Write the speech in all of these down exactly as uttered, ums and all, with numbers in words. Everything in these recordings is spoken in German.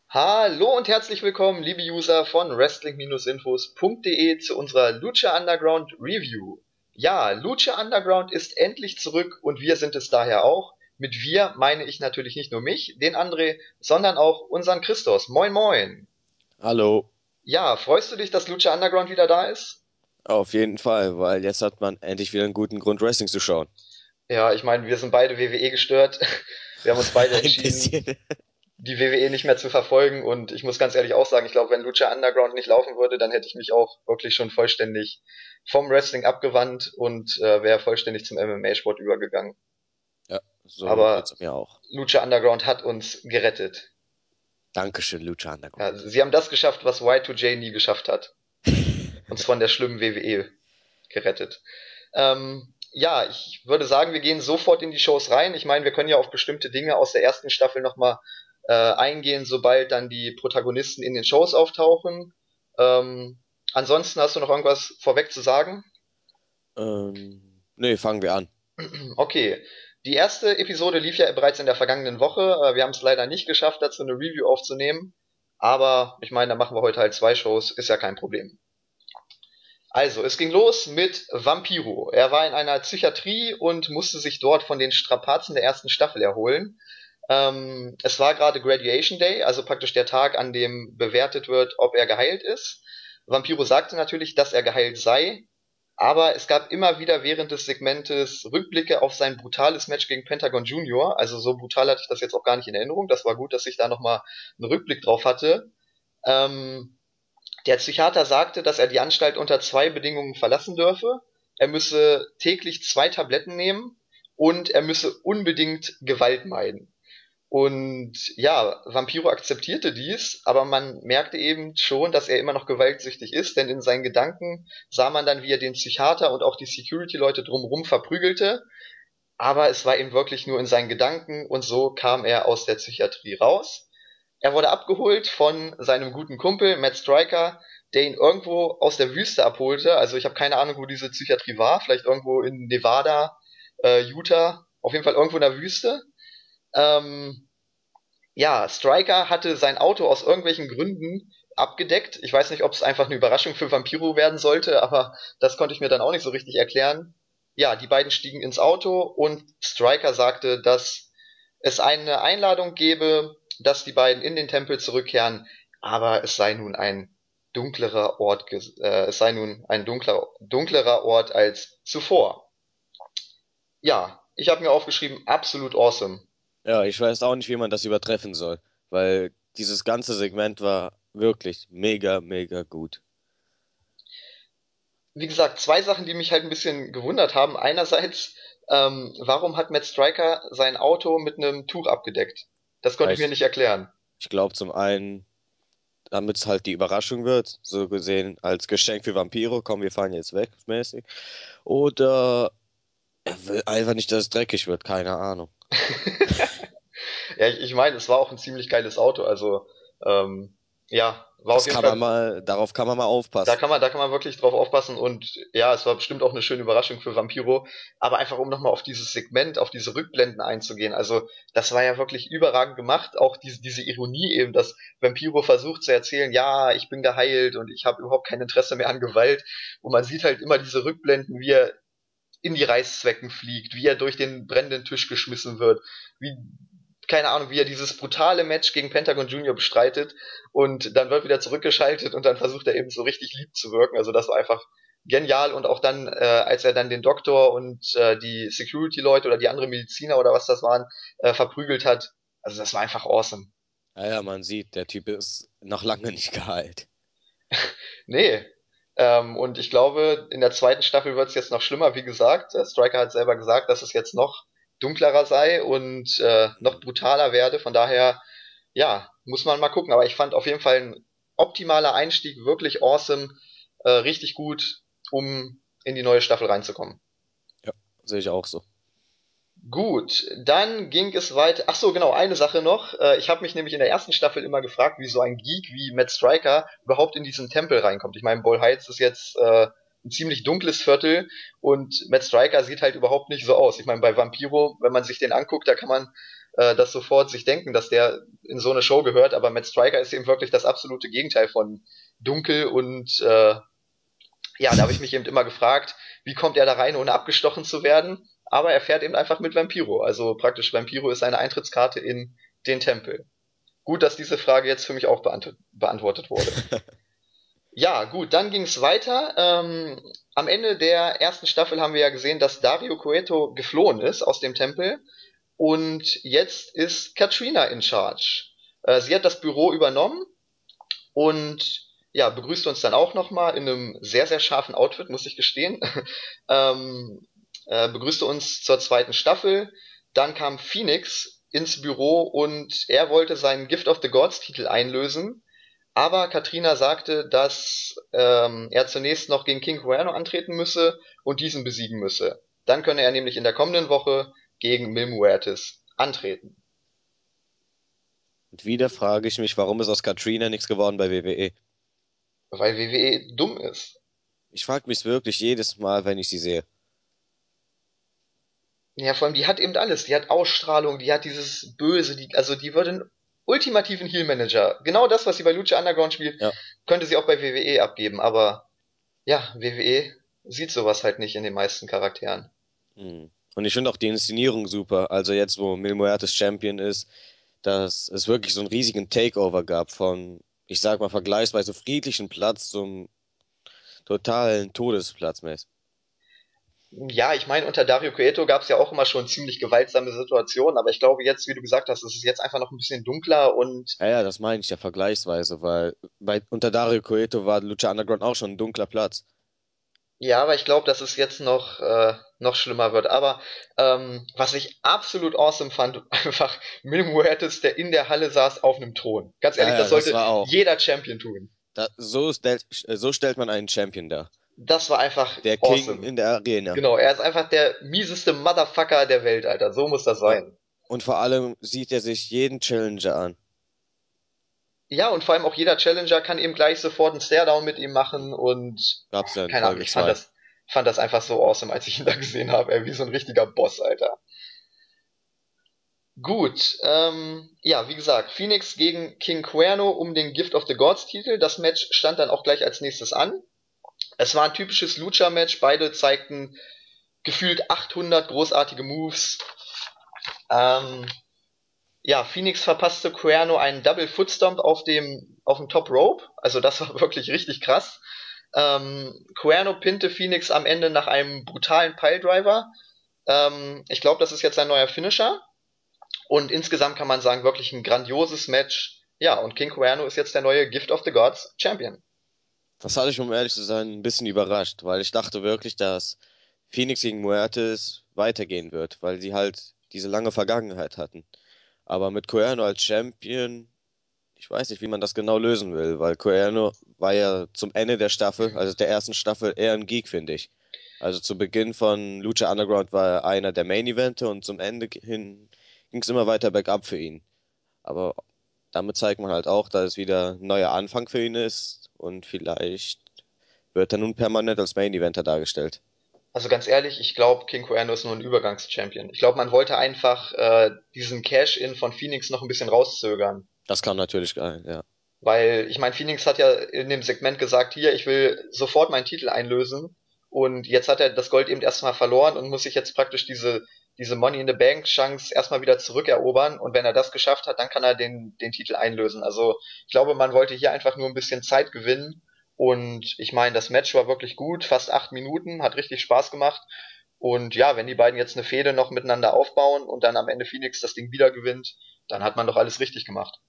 Hallo und herzlich willkommen, liebe User von Wrestling-Infos punkt de zu unserer Lucha Underground Review. Ja, Lucha Underground ist endlich zurück und wir sind es daher auch. Mit wir meine ich natürlich nicht nur mich, den André, sondern auch unseren Christos. Moin moin. Hallo, Ja, freust du dich, dass Lucha Underground wieder da ist? auf jeden Fall, weil jetzt hat man endlich wieder einen guten Grund, Wrestling zu schauen. Ja, ich meine, wir sind beide W W E gestört. Wir haben uns beide Ein entschieden, bisschen. die W W E nicht mehr zu verfolgen. Und ich muss ganz ehrlich auch sagen, ich glaube, wenn Lucha Underground nicht laufen würde, dann hätte ich mich auch wirklich schon vollständig vom Wrestling abgewandt und äh, wäre vollständig zum M M A-Sport übergegangen. Ja, so Aber geht's mir auch. Lucha Underground hat uns gerettet. Dankeschön, Lucha Ja, Underground. sie haben das geschafft, was Y zwei J nie geschafft hat. Uns von der schlimmen W W E gerettet. Ähm, ja, ich würde sagen, wir gehen sofort in die Shows rein. Ich meine, wir können ja auf bestimmte Dinge aus der ersten Staffel nochmal äh, eingehen, sobald dann die Protagonisten in den Shows auftauchen. Ähm, ansonsten hast du noch irgendwas vorweg zu sagen? Ähm, nee, fangen wir an. Okay. Die erste Episode lief ja bereits in der vergangenen Woche. Äh, Wir haben es leider nicht geschafft, dazu eine Review aufzunehmen. Aber ich meine, da machen wir heute halt zwei Shows, ist ja kein Problem. Also, es ging los mit Vampiro. Er war in einer Psychiatrie und musste sich dort von den Strapazen der ersten Staffel erholen. Ähm, es war gerade Graduation Day, also praktisch der Tag, an dem bewertet wird, ob er geheilt ist. Vampiro sagte natürlich, dass er geheilt sei, aber es gab immer wieder während des Segmentes Rückblicke auf sein brutales Match gegen Pentagon Junior. Also so brutal hatte ich das jetzt auch gar nicht in Erinnerung. Das war gut, dass ich da nochmal einen Rückblick drauf hatte. Ähm, der Psychiater sagte, dass er die Anstalt unter zwei Bedingungen verlassen dürfe. Er müsse täglich zwei Tabletten nehmen und er müsse unbedingt Gewalt meiden. Und ja, Vampiro akzeptierte dies, aber man merkte eben schon, dass er immer noch gewaltsüchtig ist, denn in seinen Gedanken sah man dann, wie er den Psychiater und auch die Security-Leute drumherum verprügelte. Aber es war eben wirklich nur in seinen Gedanken und so kam er aus der Psychiatrie raus. Er wurde abgeholt von seinem guten Kumpel Matt Striker, der ihn irgendwo aus der Wüste abholte. Also ich habe keine Ahnung, wo diese Psychiatrie war. Vielleicht irgendwo in Nevada, äh, Utah, auf jeden Fall irgendwo in der Wüste. Ähm, ja, Striker hatte sein Auto aus irgendwelchen Gründen abgedeckt. Ich weiß nicht, ob es einfach eine Überraschung für Vampiro werden sollte, aber das konnte ich mir dann auch nicht so richtig erklären. Ja, die beiden stiegen ins Auto und Striker sagte, dass es eine Einladung gebe, dass die beiden in den Tempel zurückkehren, aber es sei nun ein dunklerer Ort, äh, es sei nun ein dunkler, dunklerer Ort als zuvor. Ja, ich habe mir aufgeschrieben, absolut awesome. Ja, ich weiß auch nicht, wie man das übertreffen soll, weil dieses ganze Segment war wirklich mega, mega gut. Wie gesagt, zwei Sachen, die mich halt ein bisschen gewundert haben. Einerseits, ähm, warum hat Matt Striker sein Auto mit einem Tuch abgedeckt? Das Ja, konnte ich mir ich, nicht erklären. ich glaube zum einen, damit es halt die Überraschung wird, so gesehen als Geschenk für Vampiro, komm, wir fahren jetzt weg, mäßig. Oder er will einfach nicht, dass es dreckig wird, keine Ahnung. Ja, ich, ich meine, es war auch ein ziemlich geiles Auto. Also, ähm, ja, war auf Das jeden kann man Fall, mal, darauf kann man mal da aufpassen. kann man, da kann man wirklich drauf aufpassen. Und ja, es war bestimmt auch eine schöne Überraschung für Vampiro. Aber einfach, um nochmal auf dieses Segment, auf diese Rückblenden einzugehen. Also, das war ja wirklich überragend gemacht. Auch diese, diese Ironie eben, dass Vampiro versucht zu erzählen, ja, ich bin geheilt und ich habe überhaupt kein Interesse mehr an Gewalt. Und man sieht halt immer diese Rückblenden, wie er in die Reißzwecken fliegt, wie er durch den brennenden Tisch geschmissen wird, wie, keine Ahnung, wie er dieses brutale Match gegen Pentagon Junior bestreitet und dann wird wieder zurückgeschaltet und dann versucht er eben so richtig lieb zu wirken. Also das war einfach genial und auch dann, äh, als er dann den Doktor und äh, die Security-Leute oder die anderen Mediziner oder was das waren, äh, verprügelt hat. Also das war einfach awesome. Ja, ja, man sieht, der Typ ist noch lange nicht geheilt. Nee. Ähm, und ich glaube, in der zweiten Staffel wird es jetzt noch schlimmer. Wie gesagt, äh, Stryker hat selber gesagt, dass es jetzt noch dunklerer sei und äh, noch Mhm. brutaler werde. Von daher, ja, muss man mal gucken. Aber ich fand auf jeden Fall ein optimaler Einstieg, wirklich awesome, äh, richtig gut, um in die neue Staffel reinzukommen. Ja, sehe ich auch so. Gut, dann ging es weiter. Ach so, genau, eine Sache noch. Äh, ich habe mich nämlich in der ersten Staffel immer gefragt, wie so ein Geek wie Matt Striker überhaupt in diesen Tempel reinkommt. Ich meine, Ball Heights ist jetzt äh, ein ziemlich dunkles Viertel und Matt Striker sieht halt überhaupt nicht so aus. Ich meine, bei Vampiro, wenn man sich den anguckt, da kann man äh, das sofort sich denken, dass der in so eine Show gehört, aber Matt Striker ist eben wirklich das absolute Gegenteil von dunkel und äh, ja, da habe ich mich eben immer gefragt, wie kommt er da rein, ohne abgestochen zu werden? Aber er fährt eben einfach mit Vampiro. Also praktisch Vampiro ist seine Eintrittskarte in den Tempel. Gut, dass diese Frage jetzt für mich auch beant beantwortet wurde. Ja, gut, dann ging es weiter. Ähm, am Ende der ersten Staffel haben wir ja gesehen, dass Dario Cueto geflohen ist aus dem Tempel. Und jetzt ist Katrina in charge. Äh, sie hat das Büro übernommen und ja, begrüßt uns dann auch nochmal in einem sehr, sehr scharfen Outfit, muss ich gestehen. ähm, äh, begrüßte uns zur zweiten Staffel. Dann kam Phoenix ins Büro und er wollte seinen Gift of the Gods Titel einlösen. Aber Katrina sagte, dass ähm, er zunächst noch gegen King Cuerno antreten müsse und diesen besiegen müsse. Dann könne er nämlich in der kommenden Woche gegen Mil Muertes antreten. Und wieder frage ich mich, warum ist aus Katrina nichts geworden bei W W E? Weil W W E dumm ist. Ich frage mich wirklich jedes Mal, wenn ich sie sehe. Ja, vor allem, die hat eben alles. Die hat Ausstrahlung, die hat dieses Böse, die, also die würde einen ultimativen Heel-Manager. Genau das, was sie bei Lucha Underground spielt, Ja. könnte sie auch bei W W E abgeben. Aber ja, W W E sieht sowas halt nicht in den meisten Charakteren. Hm. Und ich finde auch die Inszenierung super. Also jetzt, wo Mil Muertes Champion ist, dass es wirklich so einen riesigen Takeover gab von, ich sag mal, vergleichsweise friedlichen Platz zum totalen Todesplatz mäßig. Ja, ich meine, unter Dario Cueto gab es ja auch immer schon ziemlich gewaltsame Situationen, aber ich glaube jetzt, wie du gesagt hast, ist es jetzt einfach noch ein bisschen dunkler und Ja, ja, das meine ich ja vergleichsweise, weil bei, unter Dario Cueto war Lucha Underground auch schon ein dunkler Platz. ja, aber ich glaube, dass es jetzt noch, äh, noch schlimmer wird. Aber ähm, was ich absolut awesome fand, einfach Mil Muertes, der in der Halle saß auf einem Thron. Ganz Ja, ehrlich, ja, das das sollte war auch. jeder Champion tun. Da, so, stellt, so stellt man einen Champion dar. Das war einfach Der King awesome. in der Arena. Genau, er ist einfach der mieseste Motherfucker der Welt, Alter. So muss das Ja. sein. Und vor allem sieht er sich jeden Challenger an. Ja, und vor allem auch jeder Challenger kann eben gleich sofort einen Staredown mit ihm machen und Gab's ja in keine Ahnung, Folge ich fand zwei. das, fand das einfach so awesome, als ich ihn da gesehen habe. Er wie so ein richtiger Boss, Alter. Gut, ähm, ja, wie gesagt, Phoenix gegen King Cuerno um den Gift of the Gods Titel. Das Match stand dann auch gleich als nächstes an. Es war ein typisches Lucha-Match. Beide zeigten gefühlt achthundert großartige Moves. Ähm, ja, Phoenix verpasste Cuerno einen Double Footstomp auf dem, auf dem Top Rope. Also das war wirklich richtig krass. Ähm, Cuerno pinte Phoenix am Ende nach einem brutalen Piledriver. Ähm, ich glaube, das ist jetzt sein neuer Finisher. Und insgesamt kann man sagen, wirklich ein grandioses Match. Ja, und King Cuerno ist jetzt der neue Gift of the Gods Champion. Das hatte ich, um ehrlich zu sein, ein bisschen überrascht, weil ich dachte wirklich, dass Phoenix gegen Muertes weitergehen wird, weil sie halt diese lange Vergangenheit hatten. Aber mit Cuerno als Champion, ich weiß nicht, wie man das genau lösen will, weil Cuerno war ja zum Ende der Staffel, also der ersten Staffel, eher ein Geek, finde ich. Also zu Beginn von Lucha Underground war er einer der Main Eventer und zum Ende hin ging es immer weiter bergab für ihn. Aber damit zeigt man halt auch, dass es wieder ein neuer Anfang für ihn ist und vielleicht wird er nun permanent als Main Eventer dargestellt. Also ganz ehrlich, ich glaube, King Cuerno ist nur ein Übergangs-Champion. Ich glaube, man wollte einfach äh, diesen Cash-In von Phoenix noch ein bisschen rauszögern. Das kann natürlich sein, ja. Weil, ich meine, Phoenix hat ja in dem Segment gesagt, hier, ich will sofort meinen Titel einlösen. Und jetzt hat er das Gold eben erstmal verloren und muss sich jetzt praktisch diese, diese Money in the Bank Chance erstmal wieder zurückerobern. Und wenn er das geschafft hat, dann kann er den, den Titel einlösen. Also ich glaube, man wollte hier einfach nur ein bisschen Zeit gewinnen. Und ich meine, das Match war wirklich gut, fast acht Minuten, hat richtig Spaß gemacht. Und ja, wenn die beiden jetzt eine Fehde noch miteinander aufbauen und dann am Ende Phoenix das Ding wieder gewinnt, dann hat man doch alles richtig gemacht.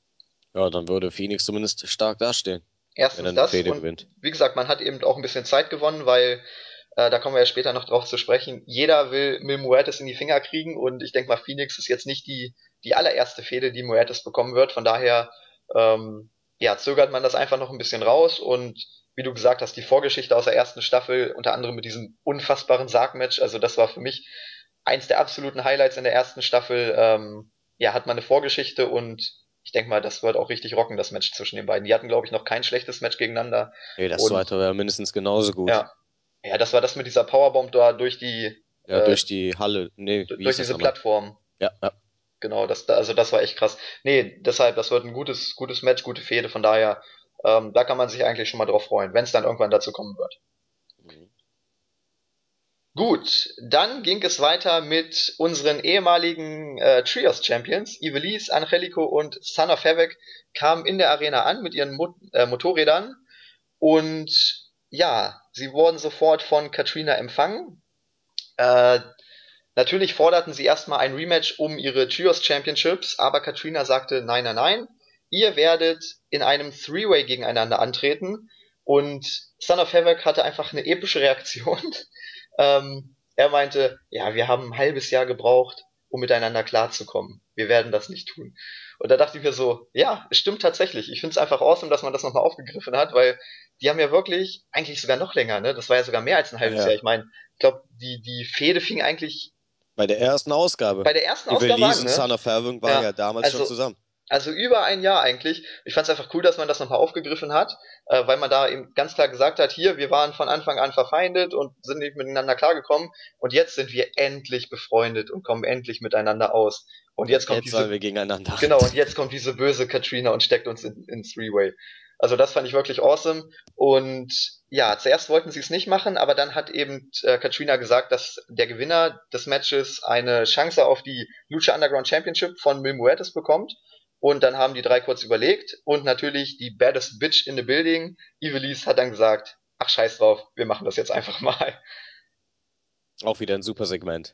Ja, dann würde Phoenix zumindest stark dastehen, wenn er Erstens eine das Fehde und gewinnt. wie gesagt, man hat eben auch ein bisschen Zeit gewonnen, weil äh, da kommen wir ja später noch drauf zu sprechen. Jeder will Mil Muertes in die Finger kriegen und ich denke mal, Phoenix ist jetzt nicht die, die allererste Fehde, die Muertes bekommen wird. Von daher ähm, ja, zögert man das einfach noch ein bisschen raus und wie du gesagt hast, die Vorgeschichte aus der ersten Staffel, unter anderem mit diesem unfassbaren Sargmatch, also das war für mich eins der absoluten Highlights in der ersten Staffel. Ähm, ja, hat man eine Vorgeschichte und ich denke mal, das wird auch richtig rocken, das Match zwischen den beiden. Die hatten, glaube ich, noch kein schlechtes Match gegeneinander. Nee, das Und zweite wäre mindestens genauso gut. ja, ja, das war das mit dieser Powerbomb da durch die, Ja, äh, durch die Halle. Nee, wie durch hieß das diese nochmal? Plattform. Ja, ja. Genau, das, also das war echt krass. Nee, deshalb, das wird ein gutes, gutes Match, gute Fehde, von daher, ähm, da kann man sich eigentlich schon mal drauf freuen, wenn es dann irgendwann dazu kommen wird. Mhm. Gut, dann ging es weiter mit unseren ehemaligen äh, Trios Champions. Ivelisse, Angelico und Son of Havoc kamen in der Arena an mit ihren Mot äh, Motorrädern und ja, sie wurden sofort von Katrina empfangen. Äh, Natürlich forderten sie erstmal ein Rematch um ihre Trios Championships, aber Katrina sagte nein, nein, nein. Ihr werdet in einem Three-Way gegeneinander antreten. Und Son of Havoc hatte einfach eine epische Reaktion. ähm, er meinte, ja, wir haben ein halbes Jahr gebraucht, um miteinander klarzukommen. Wir werden das nicht tun. Und da dachte ich mir so, ja, es stimmt tatsächlich. Ich finde es einfach awesome, dass man das nochmal aufgegriffen hat, weil die haben ja wirklich, eigentlich sogar noch länger, ne? Das war ja sogar mehr als ein Ja, halbes Jahr. ja. Ich meine, ich glaube, die, die Fehde fing eigentlich Bei der ersten Ausgabe. bei der ersten Ausgabe Ivelisse an, und ne? Son of Heaven waren Ja, ja damals schon also, zusammen. also über ein Jahr eigentlich. Ich fand es einfach cool, dass man das nochmal aufgegriffen hat, äh, weil man da eben ganz klar gesagt hat, hier, wir waren von Anfang an verfeindet und sind nicht miteinander klargekommen und jetzt sind wir endlich befreundet und kommen endlich miteinander aus. Und Und jetzt kommt jetzt sollen diese, wir gegeneinander. genau, und jetzt kommt diese böse Katrina und steckt uns in, in Three-Way. Also das fand ich wirklich awesome. Und ja, zuerst wollten sie es nicht machen, aber dann hat eben äh, Katrina gesagt, dass der Gewinner des Matches eine Chance auf die Lucha Underground Championship von Mil Muertes bekommt. Und dann haben die drei kurz überlegt und natürlich die baddest bitch in the building, Ivelisse, hat dann gesagt, ach scheiß drauf, wir machen das jetzt einfach mal. Auch wieder ein super Segment.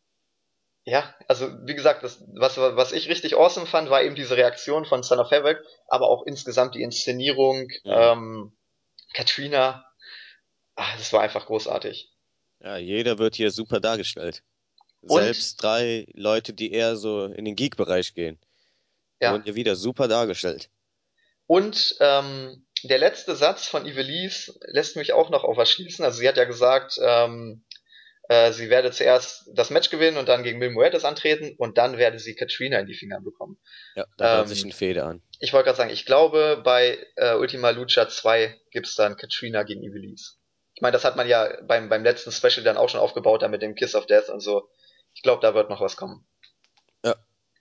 Ja, also wie gesagt, das, was, was ich richtig awesome fand, war eben diese Reaktion von Son of Havoc, aber auch insgesamt die Inszenierung, Mhm. ähm, Katrina, ah, das war einfach großartig. Ja, jeder wird hier super dargestellt. Und, Selbst drei Leute, die eher so in den Geek-Bereich gehen, wurden ja, hier wieder super dargestellt. und ähm, der letzte Satz von Ivelisse lässt mich auch noch auf was schließen. Also sie hat ja gesagt, ähm, äh, sie werde zuerst das Match gewinnen und dann gegen Mil Muertes antreten und dann werde sie Katrina in die Finger bekommen. Ja, da bahnt sich Ähm, ein Fehde an. Ich wollte gerade sagen, ich glaube, bei äh, Ultima Lucha zwei gibt's dann Katrina gegen Ivelisse. Ich meine, das hat man ja beim, beim letzten Special dann auch schon aufgebaut, da mit dem Kiss of Death und so. Ich glaube, da wird noch was kommen. Ja,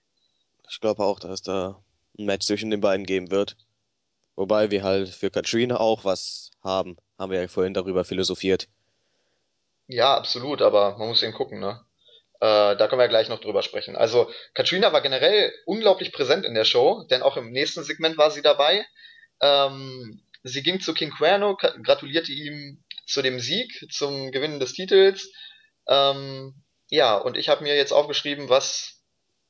ich glaube auch, dass es da ein Match zwischen den beiden geben wird. Wobei wir halt für Katrina auch was haben. Haben wir ja vorhin darüber philosophiert. Ja, absolut, aber man muss eben gucken, ne? Äh, da können wir ja gleich noch drüber sprechen. Also, Katrina war generell unglaublich präsent in der Show, denn auch im nächsten Segment war sie dabei. Ähm, sie ging zu King Cuerno, gratulierte ihm zu dem Sieg, zum Gewinnen des Titels. Ähm, ja, und ich habe mir jetzt aufgeschrieben, was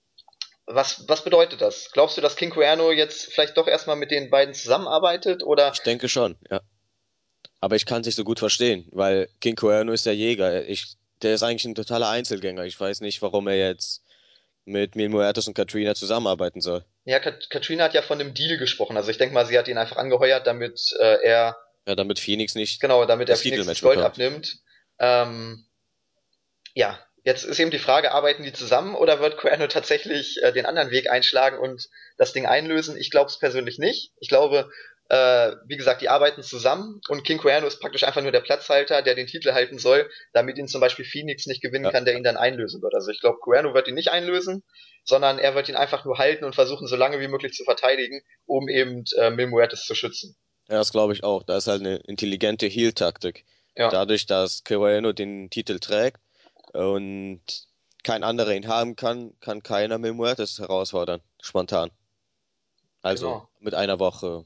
Was, was bedeutet das? Glaubst du, dass King Cuerno jetzt vielleicht doch erstmal mit den beiden zusammenarbeitet oder? Ich denke schon, ja. Aber ich kann es nicht so gut verstehen, weil King Cuerno ist der Jäger. Ich, der ist eigentlich ein totaler Einzelgänger. Ich weiß nicht, warum er jetzt mit Mil Muertes und Katrina zusammenarbeiten soll. Ja, Kat Katrina hat ja von einem Deal gesprochen. Also ich denke mal, sie hat ihn einfach angeheuert, damit äh, er, Ja, damit Phoenix nicht genau, damit er das Phoenix das Titelmatch Gold bekommt. abnimmt. Ähm, ja, jetzt ist eben die Frage, arbeiten die zusammen oder wird Cuerno tatsächlich äh, den anderen Weg einschlagen und das Ding einlösen? Ich glaube es persönlich nicht. Ich glaube, äh, wie gesagt, die arbeiten zusammen und King Cuerno ist praktisch einfach nur der Platzhalter, der den Titel halten soll, damit ihn zum Beispiel Phoenix nicht gewinnen Ja, kann, der ja. ihn dann einlösen wird. Also ich glaube, Cuerno wird ihn nicht einlösen, sondern er wird ihn einfach nur halten und versuchen, so lange wie möglich zu verteidigen, um eben äh, Mil Muertes zu schützen. Ja, das glaube ich auch. Da ist halt eine intelligente Heel-Taktik. Ja, Dadurch, dass Cuerno den Titel trägt und kein anderer ihn haben kann, kann keiner Mil Muertes herausfordern. Spontan. Also genau. mit einer Woche.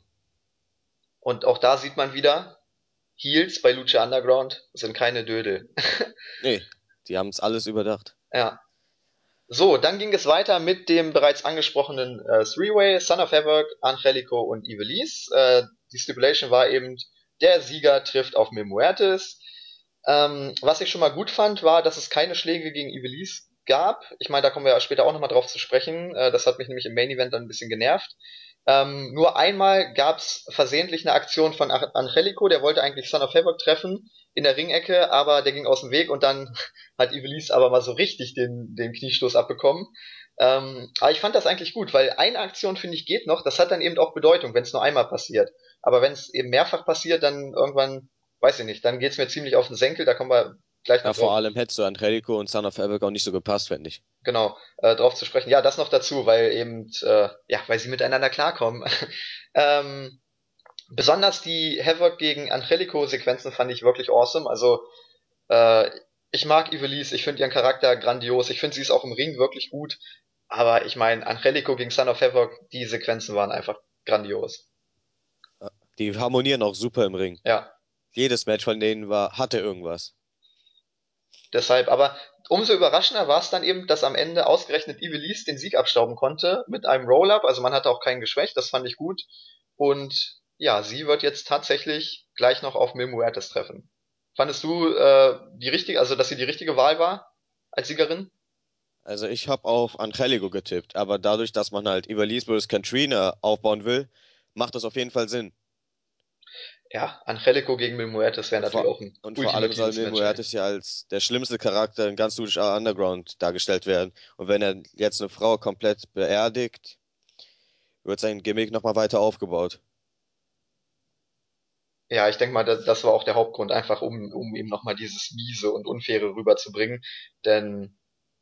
Und auch da sieht man wieder, Heels bei Lucha Underground sind keine Dödel. Nee, die haben es alles überdacht. Ja. So, dann ging es weiter mit dem bereits angesprochenen äh, Three-Way, Son of Havoc, Angelico und Ivelisse. Äh, die Stipulation war eben, der Sieger trifft auf Mil Muertes. Ähm, was ich schon mal gut fand, war, dass es keine Schläge gegen Ivelisse gab. Ich meine, da kommen wir ja später auch nochmal drauf zu sprechen. Äh, das hat mich nämlich im Main Event dann ein bisschen genervt. Ähm, nur einmal gab's versehentlich eine Aktion von Angelico, der wollte eigentlich Son of Havoc treffen in der Ringecke, aber der ging aus dem Weg und dann hat Ivelisse aber mal so richtig den, den Kniestoß abbekommen. Ähm, aber ich fand das eigentlich gut, weil eine Aktion, finde ich, geht noch. Das hat dann eben auch Bedeutung, wenn es nur einmal passiert. Aber wenn es eben mehrfach passiert, dann irgendwann, weiß ich nicht, dann geht's mir ziemlich auf den Senkel. Da kommen wir gleich Ja, noch vor drauf, allem hättest du Angelico und Son of Havoc auch nicht so gepasst, finde ich. genau, äh, drauf zu sprechen. Ja, das noch dazu, weil eben, äh, ja, weil sie miteinander klarkommen. ähm, Besonders die Havoc gegen Angelico-Sequenzen fand ich wirklich awesome. Also, äh, ich mag Ivelisse, ich finde ihren Charakter grandios, ich finde sie ist auch im Ring wirklich gut. Aber ich meine, Angelico gegen Son of Havoc, die Sequenzen waren einfach grandios. Ja. Die harmonieren auch super im Ring. Ja, Jedes Match von denen war, hatte irgendwas. deshalb, aber umso überraschender war es dann eben, dass am Ende ausgerechnet Ivelisse den Sieg abstauben konnte mit einem Roll-Up. Also man hatte auch keinen geschwächt, das fand ich gut. Und ja, sie wird jetzt tatsächlich gleich noch auf Mil Muertes treffen. Fandest du äh, die richtige, also dass sie die richtige Wahl war als Siegerin? Also ich habe auf Angelico getippt, aber dadurch, dass man halt Ivelisse versus Catrina aufbauen will, macht das auf jeden Fall Sinn. Ja, Angelico gegen Mil Muertes wäre Und natürlich vor, auch ein und vor allem soll ultimatives Mil Match, ey. Muertes ja als der schlimmste Charakter in ganz Lucha Underground dargestellt werden. Und wenn er jetzt eine Frau komplett beerdigt, wird sein Gimmick nochmal weiter aufgebaut. Ja, ich denke mal, das, das war auch der Hauptgrund, einfach um, um eben nochmal dieses Miese und Unfaire rüberzubringen. Denn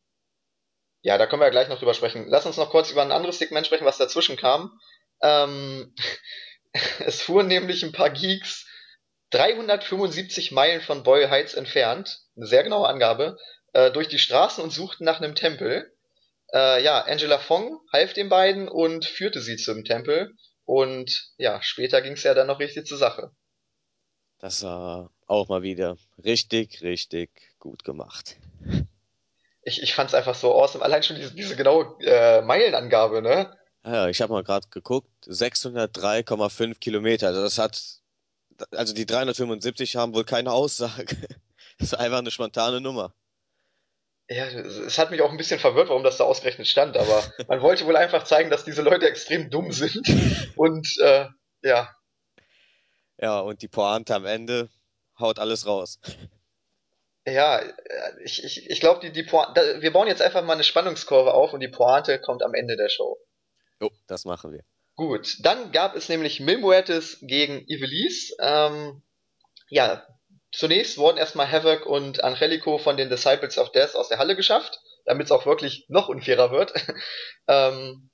ja, da können wir ja gleich noch drüber sprechen. Lass uns noch kurz über ein anderes Segment sprechen, was dazwischen kam. Ähm, Es fuhren nämlich ein paar Geeks dreihundertfünfundsiebzig Meilen von Boyle Heights entfernt, eine sehr genaue Angabe, äh, durch die Straßen und suchten nach einem Tempel. Äh, ja, Angela Fong half den beiden und führte sie zum Tempel. Und ja, später ging es ja dann noch richtig zur Sache. Das war auch mal wieder richtig, richtig gut gemacht. Ich, ich fand es einfach so awesome. Allein schon diese, diese genaue äh, Meilenangabe, ne? Ja, ich habe mal gerade geguckt, sechshundertdrei Komma fünf Kilometer. Also das hat, also die dreihundertfünfundsiebzig haben wohl keine Aussage. Das ist einfach eine spontane Nummer. Ja, es hat mich auch ein bisschen verwirrt, warum das da ausgerechnet stand, aber man wollte wohl einfach zeigen, dass diese Leute extrem dumm sind. Und äh, ja, Ja, und die Pointe am Ende haut alles raus. ja, äh, ich, ich, ich glaube, die, die Pointe, wir bauen jetzt einfach mal eine Spannungskurve auf und die Pointe kommt am Ende der Show. Jo, das machen wir. Gut, dann gab es nämlich Mil Muertes gegen Ivelisse. Ähm, ja, zunächst wurden erstmal Havoc und Angelico von den Disciples of Death aus der Halle geschafft, damit es auch wirklich noch unfairer wird. ähm,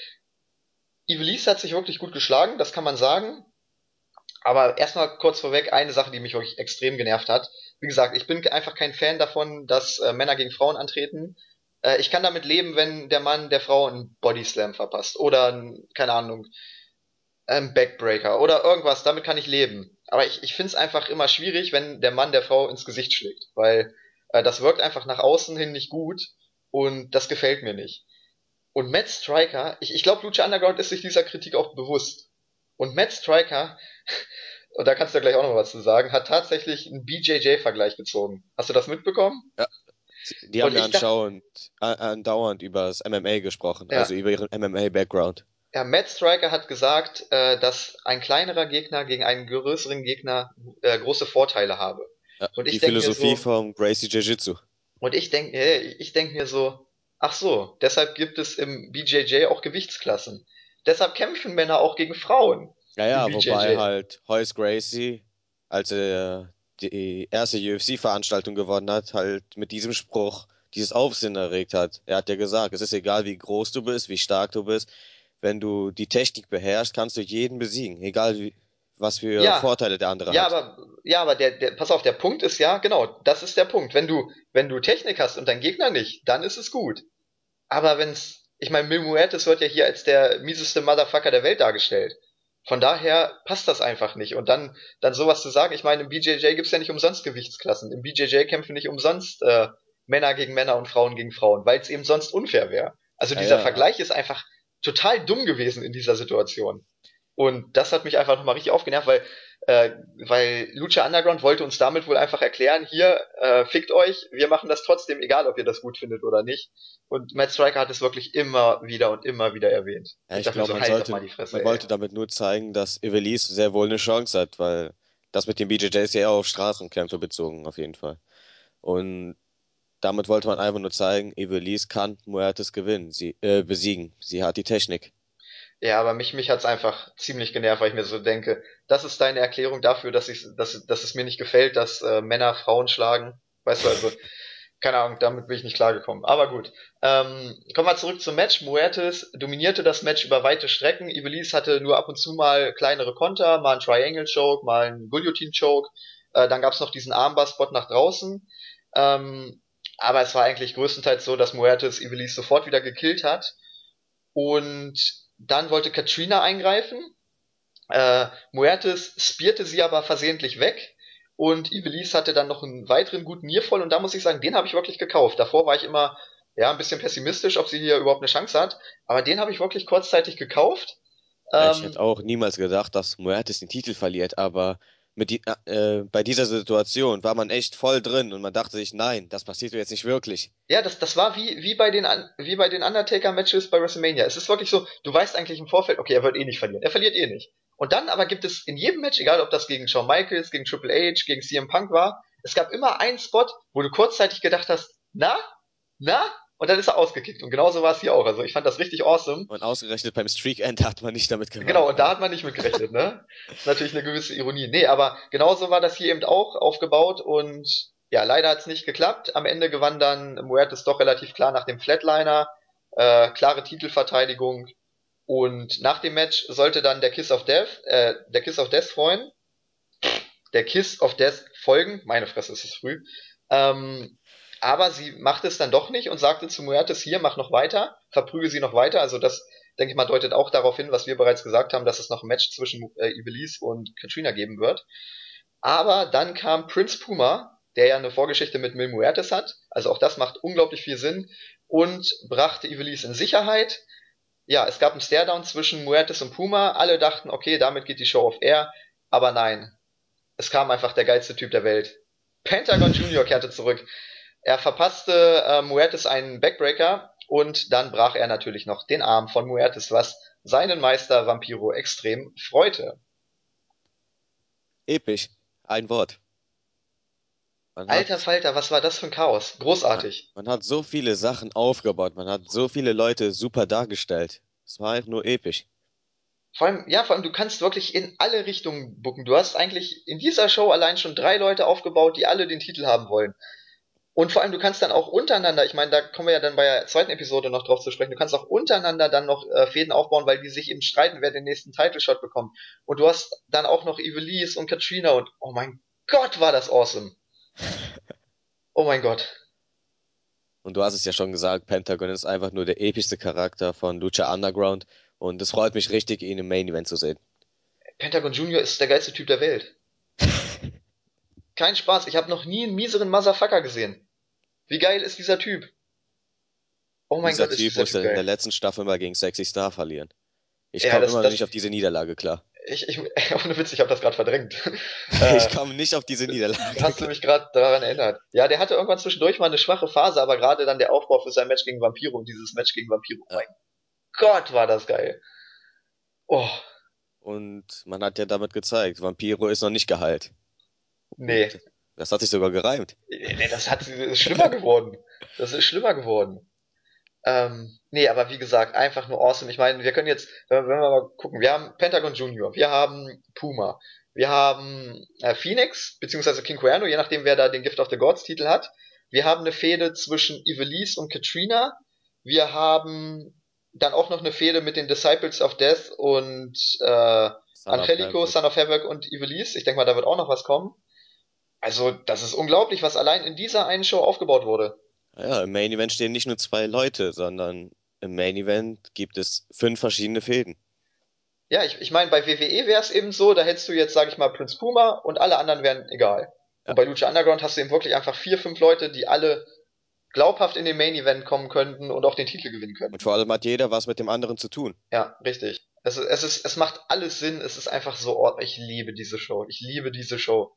Ivelisse hat sich wirklich gut geschlagen, das kann man sagen. Aber erstmal kurz vorweg eine Sache, die mich wirklich extrem genervt hat. Wie gesagt, ich bin einfach kein Fan davon, dass äh, Männer gegen Frauen antreten. Äh, ich kann damit leben, wenn der Mann der Frau einen Bodyslam verpasst oder ein, keine Ahnung, ein Backbreaker oder irgendwas. Damit kann ich leben. Aber ich, ich finde es einfach immer schwierig, wenn der Mann der Frau ins Gesicht schlägt, weil äh, das wirkt einfach nach außen hin nicht gut und das gefällt mir nicht. Und Matt Striker, ich, ich glaube, Lucha Underground ist sich dieser Kritik auch bewusst. Und Matt Striker, und da kannst du ja gleich auch noch was zu sagen, hat tatsächlich einen B J J-Vergleich gezogen. Hast du das mitbekommen? Ja, sie- die haben Und ja ich dachte, anschauend a- andauernd über das M M A gesprochen, also ja, über ihren M M A-Background. ja, Matt Striker hat gesagt, äh, dass ein kleinerer Gegner gegen einen größeren Gegner äh, große Vorteile habe. Ja, Und ich die denke mir Philosophie so, vom Gracie Jiu-Jitsu. und ich denke, ich denke mir so, ach so, deshalb gibt es im B J J auch Gewichtsklassen. Deshalb kämpfen Männer auch gegen Frauen Ja, im ja, wobei B J J. halt Royce Gracie, als er die erste U F C-Veranstaltung gewonnen hat, halt mit diesem Spruch dieses Aufsehen erregt hat. Er hat ja gesagt, es ist egal, wie groß du bist, wie stark du bist, wenn du die Technik beherrschst, kannst du jeden besiegen, egal wie, was für Ja, Vorteile der andere ja, hat. aber, ja, aber der, der, pass auf, der Punkt ist ja, genau, das ist der Punkt. Wenn du, wenn du Technik hast und dein Gegner nicht, dann ist es gut. Aber wenn's, ich meine, Mil Muertes wird ja hier als der mieseste Motherfucker der Welt dargestellt. Von daher passt das einfach nicht. Und dann, dann sowas zu sagen, ich meine, im B J J gibt's ja nicht umsonst Gewichtsklassen. Im B J J kämpfen nicht umsonst äh, Männer gegen Männer und Frauen gegen Frauen, weil es eben sonst unfair wäre. Also Ja, dieser ja, Vergleich ist einfach total dumm gewesen in dieser Situation. Und das hat mich einfach nochmal richtig aufgenervt, weil, äh, weil Lucha Underground wollte uns damit wohl einfach erklären, hier, äh, fickt euch, wir machen das trotzdem, egal ob ihr das gut findet oder nicht. Und Matt Striker hat es wirklich immer wieder und immer wieder erwähnt. ja, Ich ich dachte mir glaube, so, man halt doch mal sollte, die Fresse, man ey. wollte damit nur zeigen, dass Ivelisse sehr wohl eine Chance hat, weil das mit den B J J ist ja eher auf Straßenkämpfe bezogen, auf jeden Fall. Und damit wollte man einfach nur zeigen, Ivelisse kann Muertes gewinnen, sie, äh, besiegen. Sie hat die Technik. Ja, aber mich, mich hat's einfach ziemlich genervt, weil ich mir so denke, das ist deine Erklärung dafür, dass ich, dass, dass es mir nicht gefällt, dass äh, Männer Frauen schlagen, Weißt du, also, keine Ahnung, damit bin ich nicht klargekommen. Aber gut. Ähm, kommen wir zurück zum Match. Muertes dominierte das Match über weite Strecken. Ivelisse hatte nur ab und zu mal kleinere Konter, mal einen Triangle Choke, mal einen Guillotine Choke. Äh, dann gab's noch diesen Armbar-Spot nach draußen. Ähm, aber es war eigentlich größtenteils so, dass Muertes Ivelisse sofort wieder gekillt hat. Und dann wollte Katrina eingreifen. Äh, Muertes spearte sie aber versehentlich weg. Und Ivelisse hatte dann noch einen weiteren guten Nearfall. Und da muss ich sagen, den habe ich wirklich gekauft. Davor war ich immer ja ein bisschen pessimistisch, ob sie hier überhaupt eine Chance hat. Aber den habe ich wirklich kurzzeitig gekauft. Ja, ich hätte Ähm, auch niemals gedacht, dass Muertes den Titel verliert, aber mit die, äh, bei dieser Situation war man echt voll drin und man dachte sich, nein, das passiert jetzt nicht wirklich. Ja, das, das war wie, wie bei den, An- wie bei den Undertaker-Matches bei WrestleMania. Es ist wirklich so, du weißt eigentlich im Vorfeld, okay, er wird eh nicht verlieren. Er verliert eh nicht. Und dann aber gibt es in jedem Match, egal ob das gegen Shawn Michaels, gegen Triple H, gegen C M Punk war, es gab immer einen Spot, wo du kurzzeitig gedacht hast, na? Na? Und dann ist er ausgekickt. Und genauso war es hier auch. Also ich fand das richtig awesome. Und ausgerechnet beim Streak-End hat man nicht damit Genau, und da gerechnet. hat man nicht mit gerechnet, ne? Ist natürlich eine gewisse Ironie. Nee, aber genauso war das hier eben auch aufgebaut und ja, leider hat's nicht geklappt. Am Ende gewann dann Muertes doch relativ klar nach dem Flatliner, äh, klare Titelverteidigung und nach dem Match sollte dann der Kiss of Death, äh, der Kiss of Death freuen, der Kiss of Death folgen. Meine Fresse, ist es früh. Ähm, aber sie macht es dann doch nicht und sagte zu Muertes, hier, mach noch weiter, verprügel sie noch weiter. Also das, denke ich mal, deutet auch darauf hin, was wir bereits gesagt haben, dass es noch ein Match zwischen äh, Ivelisse und Katrina geben wird. Aber dann kam Prince Puma, der ja eine Vorgeschichte mit Mil Muertes hat. Also auch das macht unglaublich viel Sinn und brachte Ivelisse in Sicherheit. Ja, es gab einen Staredown zwischen Muertes und Puma. Alle dachten, okay, damit geht die Show auf Air. Aber nein, es kam einfach der geilste Typ der Welt. Pentagon Junior kehrte zurück. Er verpasste äh, Muertes einen Backbreaker und dann brach er natürlich noch den Arm von Muertes, was seinen Meister Vampiro extrem freute. Episch. Ein Wort. Man Alter hat, Falter, was war das für ein Chaos? man, Großartig. man hat so viele Sachen aufgebaut, man hat so viele Leute super dargestellt. Es war einfach nur episch. Vor allem, ja, vor allem, du kannst wirklich in alle Richtungen bucken. Du hast eigentlich in dieser Show allein schon drei Leute aufgebaut, die alle den Titel haben wollen. Und vor allem, du kannst dann auch untereinander, ich meine, da kommen wir ja dann bei der zweiten Episode noch drauf zu sprechen, du kannst auch untereinander dann noch äh, Fäden aufbauen, weil die sich eben streiten, wer den nächsten Title Shot bekommt. Und du hast dann auch noch Ivelisse und Katrina und oh mein Gott, war das awesome. Oh mein Gott. Und du hast es ja schon gesagt, Pentagon ist einfach nur der epischste Charakter von Lucha Underground. Und es freut mich richtig, ihn im Main Event zu sehen. Pentagon Junior ist der geilste Typ der Welt. Kein Spaß, ich habe noch nie einen mieseren Motherfucker gesehen. Wie geil ist dieser Typ? Oh mein Dieser Gott, ist Typ dieser Typ musste in der geil. letzten Staffel mal gegen Sexy Star verlieren. Ich Ja, komme das, immer noch das, nicht auf diese Niederlage klar. ich, ich, ohne Witz, ich habe das gerade verdrängt. äh, Ich komme nicht auf diese Niederlage Hast du klar. mich gerade daran erinnert? Ja, der hatte irgendwann zwischendurch mal eine schwache Phase, aber gerade dann der Aufbau für sein Match gegen Vampiro und dieses Match gegen Vampiro. Oh Ja. mein Gott, war das geil. Oh, Und man hat ja damit gezeigt, Vampiro ist noch nicht geheilt. nee. Das hat sich sogar gereimt. Nee, das hat, das ist schlimmer geworden. Das ist schlimmer geworden. Ähm, nee, aber wie gesagt, einfach nur awesome. Ich meine, wir können jetzt, wenn wir mal gucken, wir haben Pentagon Junior, wir haben Puma, wir haben äh, Phoenix, beziehungsweise King Cuerno, je nachdem, wer da den Gift of the Gods Titel hat. Wir haben eine Fehde zwischen Ivelisse und Katrina. Wir haben dann auch noch eine Fehde mit den Disciples of Death und äh, Son of Angelico, Havoc. Son of Havoc und Ivelisse. Ich denke mal, da wird auch noch was kommen. Also, das ist unglaublich, was allein in dieser einen Show aufgebaut wurde. Ja, im Main Event stehen nicht nur zwei Leute, sondern im Main Event gibt es fünf verschiedene Fäden. Ja, ich, ich meine, bei W W E wäre es eben so, da hättest du jetzt, sag ich mal, Prince Puma und alle anderen wären egal. Und Ja. bei Lucha Underground hast du eben wirklich einfach vier, fünf Leute, die alle glaubhaft in den Main Event kommen könnten und auch den Titel gewinnen Und könnten. vor allem hat jeder was mit dem anderen zu tun. Ja, richtig. Es ist, es ist, es macht alles Sinn. Es ist einfach so ordentlich. Ich liebe diese Show. Ich liebe diese Show.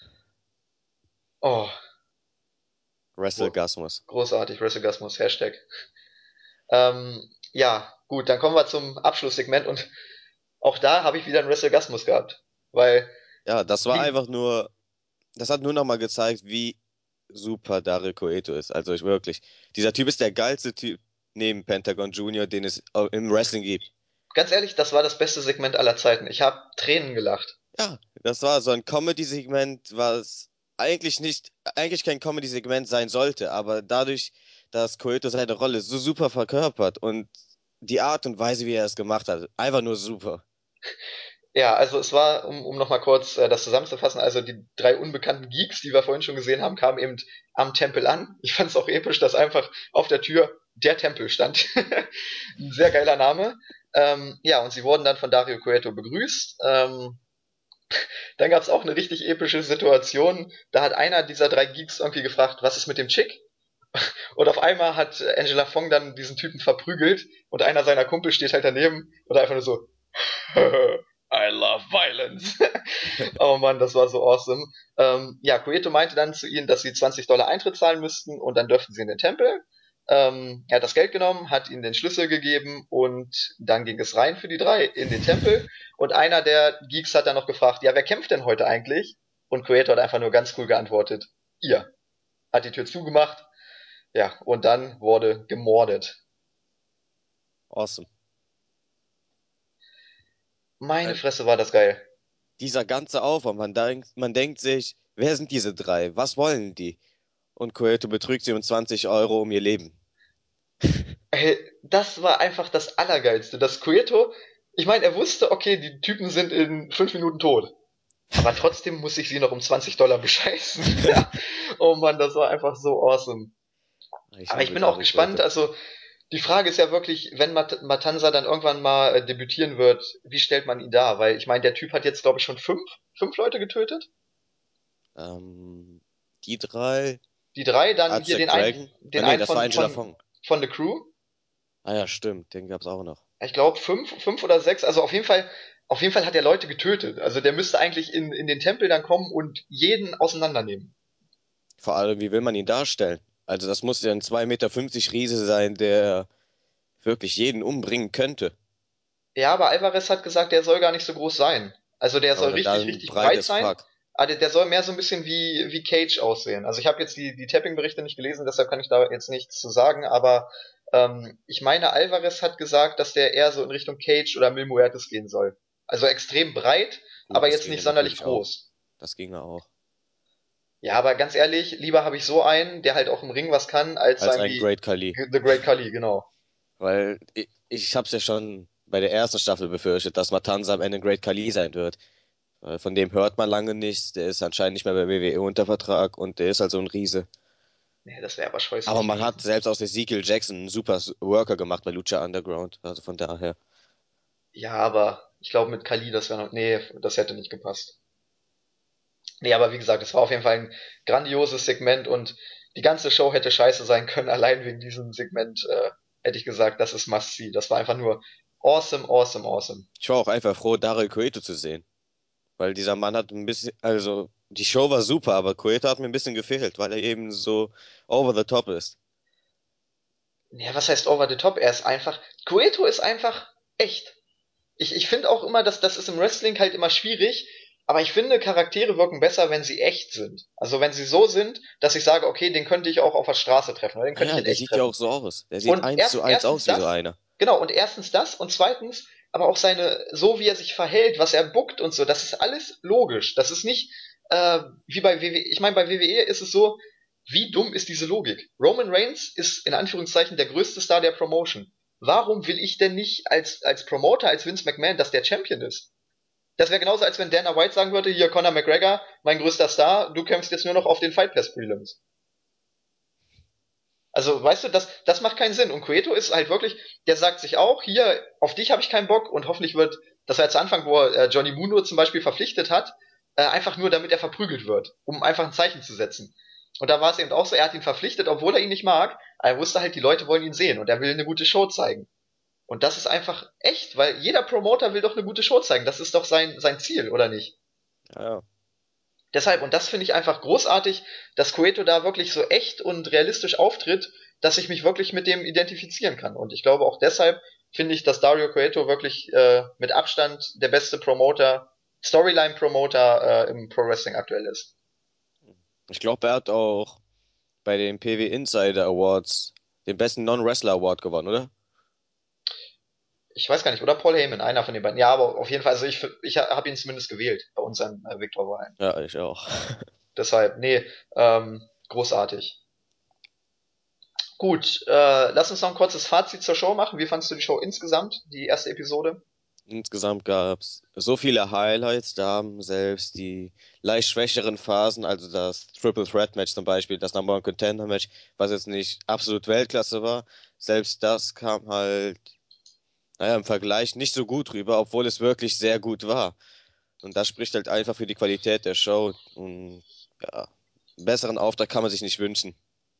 Oh, gro WrestleGasmus. großartig. WrestleGasmus. Hashtag. Ähm, ja, gut, dann kommen wir zum Abschlusssegment und auch da habe ich wieder einen WrestleGasmus gehabt. Weil, Ja, das war wie, einfach nur, das hat nur nochmal gezeigt, wie super Dario Cueto ist. Also ich wirklich. Dieser Typ ist der geilste Typ neben Pentagon Junior, den es au- im Wrestling gibt. ganz ehrlich, das war das beste Segment aller Zeiten. Ich habe Tränen gelacht. Ja, das war so ein Comedy-Segment, was. eigentlich nicht, eigentlich kein Comedy-Segment sein sollte, aber dadurch, dass Coito seine Rolle so super verkörpert und die Art und Weise, wie er es gemacht hat, einfach nur super. Ja, also es war, um, um nochmal kurz äh, das zusammenzufassen, also die drei unbekannten Geeks, die wir vorhin schon gesehen haben, kamen eben am Tempel an. Ich fand es auch episch, dass einfach auf der Tür der Tempel stand. Ein sehr geiler Name. Ähm, ja, und sie wurden dann von Dario Cueto begrüßt. Ähm, dann gab es auch eine richtig epische Situation. Da hat einer dieser drei Geeks irgendwie gefragt, was ist mit dem Chick? Und auf einmal hat Angela Fong dann diesen Typen verprügelt und einer seiner Kumpel steht halt daneben und einfach nur so, I love violence. Oh Mann, das war so awesome. Ähm, ja, Cueto meinte dann zu ihnen, dass sie zwanzig Dollar Eintritt zahlen müssten und dann dürften sie in den Tempel. Ähm, er hat das Geld genommen, hat ihnen den Schlüssel gegeben und dann ging es rein für die drei in den Tempel. Und einer der Geeks hat dann noch gefragt, ja, wer kämpft denn heute eigentlich? Und Cueto hat einfach nur ganz cool geantwortet, ihr. Hat die Tür zugemacht, ja, und dann wurde gemordet. Awesome. Meine Äh, Fresse war das geil. Dieser ganze Aufwand, man denkt, man denkt sich, wer sind diese drei? Was wollen die? Und Coeto betrügt sie um zwanzig Euro um ihr Leben. Ey, das war einfach das Allergeilste. Das Cueto, ich meine, er wusste, okay, die Typen sind in fünf Minuten tot. Aber trotzdem muss ich sie noch um zwanzig Dollar bescheißen. Oh Mann, das war einfach so awesome. Ich Aber ich liebe bin auch Dario gespannt, Coeto. also die Frage ist ja wirklich, wenn Mat Matanza dann irgendwann mal äh, debütieren wird, wie stellt man ihn dar? Weil ich meine, der Typ hat jetzt, glaube ich, schon fünf, fünf Leute getötet. Ähm, die drei. Die drei, dann hier Aztec den einen, Dragon? Ah den nee, einen das war von, Angela von, Fong. von The Crew. Ah ja, stimmt, den gab's auch noch. Ich glaube fünf, fünf oder sechs. Also auf jeden Fall, auf jeden Fall hat er Leute getötet. Also der müsste eigentlich in, in den Tempel dann kommen und jeden auseinandernehmen. Vor allem, wie will man ihn darstellen? Also das muss ja ein zwei Meter fünfzig Riese sein, der wirklich jeden umbringen könnte. Ja, aber Alvarez hat gesagt, der soll gar nicht so groß sein. Also der soll Aber richtig, dann richtig breit breites sein. Fuck. Aber der, der soll mehr so ein bisschen wie, wie Cage aussehen. Also ich habe jetzt die, die Tapping-Berichte nicht gelesen, deshalb kann ich da jetzt nichts zu sagen. Aber ähm, ich meine, Alvarez hat gesagt, dass der eher so in Richtung Cage oder Mil Muertes gehen soll. Also extrem breit, Gut, aber das jetzt nicht ginge sonderlich natürlich auch. groß. Das ginge auch. Ja, aber ganz ehrlich, lieber habe ich so einen, der halt auch im Ring was kann, als so Als einen ein wie Great Khali. The Great Khali, genau. Weil ich, ich hab's ja schon bei der ersten Staffel befürchtet, dass Matanza am Ende ein Great Khali sein wird. Weil von dem hört man lange nichts. Der ist anscheinend nicht mehr bei W W E unter Vertrag und der ist halt so ein Riese. Nee, das wäre aber Aber scheußlich man hat gewesen. selbst aus Ezekiel Jackson einen super Worker gemacht bei Lucha Underground. Also von daher. Ja, aber ich glaube mit Khali, das wäre noch, nee, das hätte nicht gepasst. Nee, aber wie gesagt, es war auf jeden Fall ein grandioses Segment und die ganze Show hätte scheiße sein können. Allein wegen diesem Segment äh, hätte ich gesagt, das ist must see. Das war einfach nur awesome, awesome, awesome. Ich war auch einfach froh, Dario Cueto zu sehen. Weil dieser Mann hat ein bisschen, also die Show war super, aber Cueto hat mir ein bisschen gefehlt, weil er eben so over the top ist. Ja, was heißt over the top? Er ist einfach, Cueto ist einfach echt. Ich, ich finde auch immer, dass das ist im Wrestling halt immer schwierig, aber ich finde, Charaktere wirken besser, wenn sie echt sind. Also wenn sie so sind, dass ich sage, okay, den könnte ich auch auf der Straße treffen oder den könnte ich Naja, in der echt sieht ja treffen. auch so aus. Der sieht Und eins zu erst, eins erstens aus wie so das, einer. genau, und erstens das und zweitens, aber auch seine, so wie er sich verhält, was er buckt und so, das ist alles logisch. Das ist nicht äh, wie bei W W E. Ich meine, bei W W E ist es so, wie dumm ist diese Logik? Roman Reigns ist in Anführungszeichen der größte Star der Promotion. Warum will ich denn nicht als, als Promoter, als Vince McMahon, dass der Champion ist? Das wäre genauso, als wenn Dana White sagen würde, hier Conor McGregor, mein größter Star, du kämpfst jetzt nur noch auf den Fight Pass Prelims. Also, weißt du, das, das macht keinen Sinn. Und Cueto ist halt wirklich, der sagt sich auch, hier, auf dich habe ich keinen Bock und hoffentlich wird, das war jetzt der Anfang, wo er äh, Johnny Mundo zum Beispiel verpflichtet hat, äh, einfach nur, damit er verprügelt wird, um einfach ein Zeichen zu setzen. Und da war es eben auch so, er hat ihn verpflichtet, obwohl er ihn nicht mag, aber er wusste halt, die Leute wollen ihn sehen und er will eine gute Show zeigen. Und das ist einfach echt, weil jeder Promoter will doch eine gute Show zeigen. Das ist doch sein, sein Ziel, oder nicht? Ja, ja. Deshalb, und das finde ich einfach großartig, dass Cueto da wirklich so echt und realistisch auftritt, dass ich mich wirklich mit dem identifizieren kann. Und ich glaube auch deshalb finde ich, dass Dario Cueto wirklich äh, mit Abstand der beste Promoter, Storyline-Promoter äh, im Pro Wrestling aktuell ist. Ich glaube, er hat auch bei den P W Insider Awards den besten Non-Wrestler Award gewonnen, oder? Ich weiß gar nicht, oder Paul Heyman, einer von den beiden. Ja, aber auf jeden Fall, also ich, ich habe ihn zumindest gewählt bei unseren äh, Victor-Wahlen. Ja, ich auch. Deshalb, nee, ähm, großartig. Gut, äh, lass uns noch ein kurzes Fazit zur Show machen. Wie fandst du die Show insgesamt, die erste Episode? Insgesamt gab es so viele Highlights, da haben selbst die leicht schwächeren Phasen, also das Triple Threat Match zum Beispiel, das Number One Contender Match, was jetzt nicht absolut Weltklasse war, selbst das kam halt, naja, im Vergleich nicht so gut rüber, obwohl es wirklich sehr gut war. Und das spricht halt einfach für die Qualität der Show. Und ja, einen besseren Auftrag kann man sich nicht wünschen.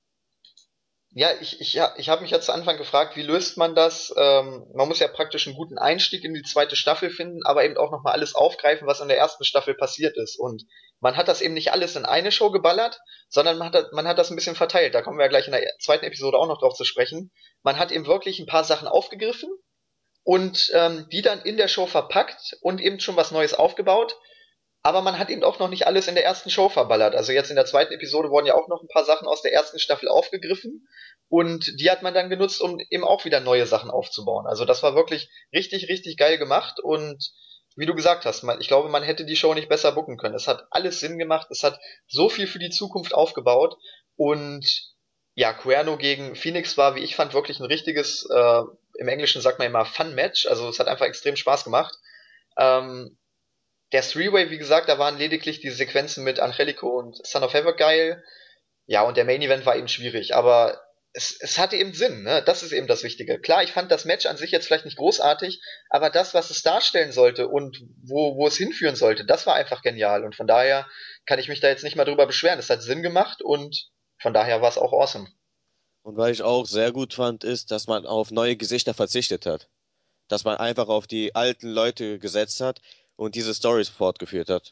Ja, ich, ich, ja, ich habe mich ja zu Anfang gefragt, wie löst man das? Ähm, man muss ja praktisch einen guten Einstieg in die zweite Staffel finden, aber eben auch nochmal alles aufgreifen, was in der ersten Staffel passiert ist. Und man hat das eben nicht alles in eine Show geballert, sondern man hat, das- man hat das ein bisschen verteilt. Da kommen wir ja gleich in der zweiten Episode auch noch drauf zu sprechen. Man hat eben wirklich ein paar Sachen aufgegriffen und ähm, die dann in der Show verpackt und eben schon was Neues aufgebaut. Aber man hat eben auch noch nicht alles in der ersten Show verballert. Also jetzt in der zweiten Episode wurden ja auch noch ein paar Sachen aus der ersten Staffel aufgegriffen und die hat man dann genutzt, um eben auch wieder neue Sachen aufzubauen. Also das war wirklich richtig, richtig geil gemacht und wie du gesagt hast, man, ich glaube, man hätte die Show nicht besser booken können. Es hat alles Sinn gemacht, es hat so viel für die Zukunft aufgebaut und ja, Cuerno gegen Phoenix war, wie ich fand, wirklich ein richtiges, äh, im Englischen sagt man immer Fun-Match, also es hat einfach extrem Spaß gemacht. Ähm, Der Three-Way, wie gesagt, da waren lediglich die Sequenzen mit Angelico und Son of Havoc geil. Ja, und der Main Event war eben schwierig, aber es, es hatte eben Sinn, ne? Das ist eben das Wichtige. Klar, ich fand das Match an sich jetzt vielleicht nicht großartig, aber das, was es darstellen sollte und wo, wo es hinführen sollte, das war einfach genial. Und von daher kann ich mich da jetzt nicht mal drüber beschweren. Es hat Sinn gemacht und von daher war es auch awesome. Und was ich auch sehr gut fand, ist, dass man auf neue Gesichter verzichtet hat. Dass man einfach auf die alten Leute gesetzt hat und diese Stories fortgeführt hat.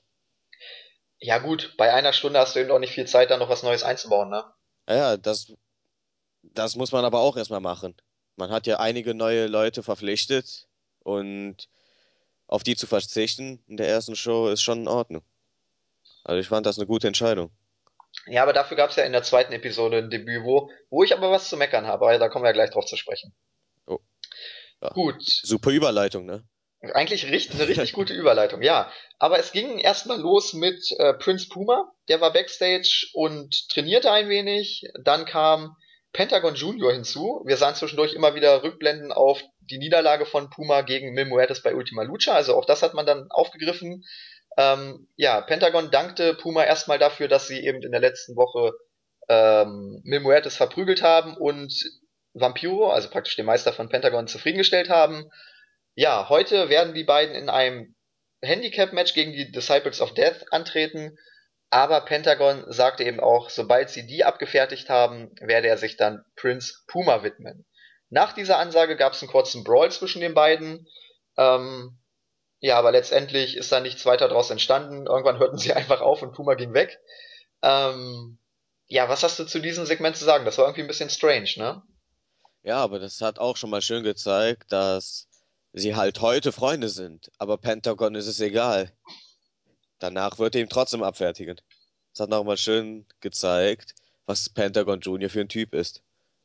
Ja gut, bei einer Stunde hast du eben auch nicht viel Zeit, da noch was Neues einzubauen, ne? Ja, ja, das, das muss man aber auch erstmal machen. Man hat ja einige neue Leute verpflichtet und auf die zu verzichten in der ersten Show ist schon in Ordnung. Also ich fand das eine gute Entscheidung. Ja, aber dafür gab es ja in der zweiten Episode ein Debüt, wo, wo ich aber was zu meckern habe, aber da kommen wir ja gleich drauf zu sprechen. Oh, ja. Gut, Super Überleitung, ne? eigentlich richtig, eine richtig gute Überleitung, ja. Aber es ging erstmal los mit äh, Prince Puma, der war backstage und trainierte ein wenig. Dann kam Pentagon Junior hinzu. Wir sahen zwischendurch immer wieder Rückblenden auf die Niederlage von Puma gegen Mil Muertes bei Ultima Lucha. Also auch das hat man dann aufgegriffen. Ähm, ja, Pentagon dankte Puma erstmal dafür, dass sie eben in der letzten Woche ähm, Mil Muertes verprügelt haben und Vampiro, also praktisch den Meister von Pentagon, zufriedengestellt haben. Ja, heute werden die beiden in einem Handicap-Match gegen die Disciples of Death antreten, aber Pentagon sagte eben auch, sobald sie die abgefertigt haben, werde er sich dann Prince Puma widmen. Nach dieser Ansage gab es einen kurzen Brawl zwischen den beiden. Ähm, ja, aber letztendlich ist da nichts weiter draus entstanden. Irgendwann hörten sie einfach auf und Puma ging weg. Ähm, ja, was hast du zu diesem Segment zu sagen? Das war irgendwie ein bisschen strange, ne? Ja, aber das hat auch schon mal schön gezeigt, dass sie halt heute Freunde sind. Aber Pentagon ist es egal. Danach wird er ihn trotzdem abfertigen. Das hat nochmal schön gezeigt, was Pentagon Junior für ein Typ ist.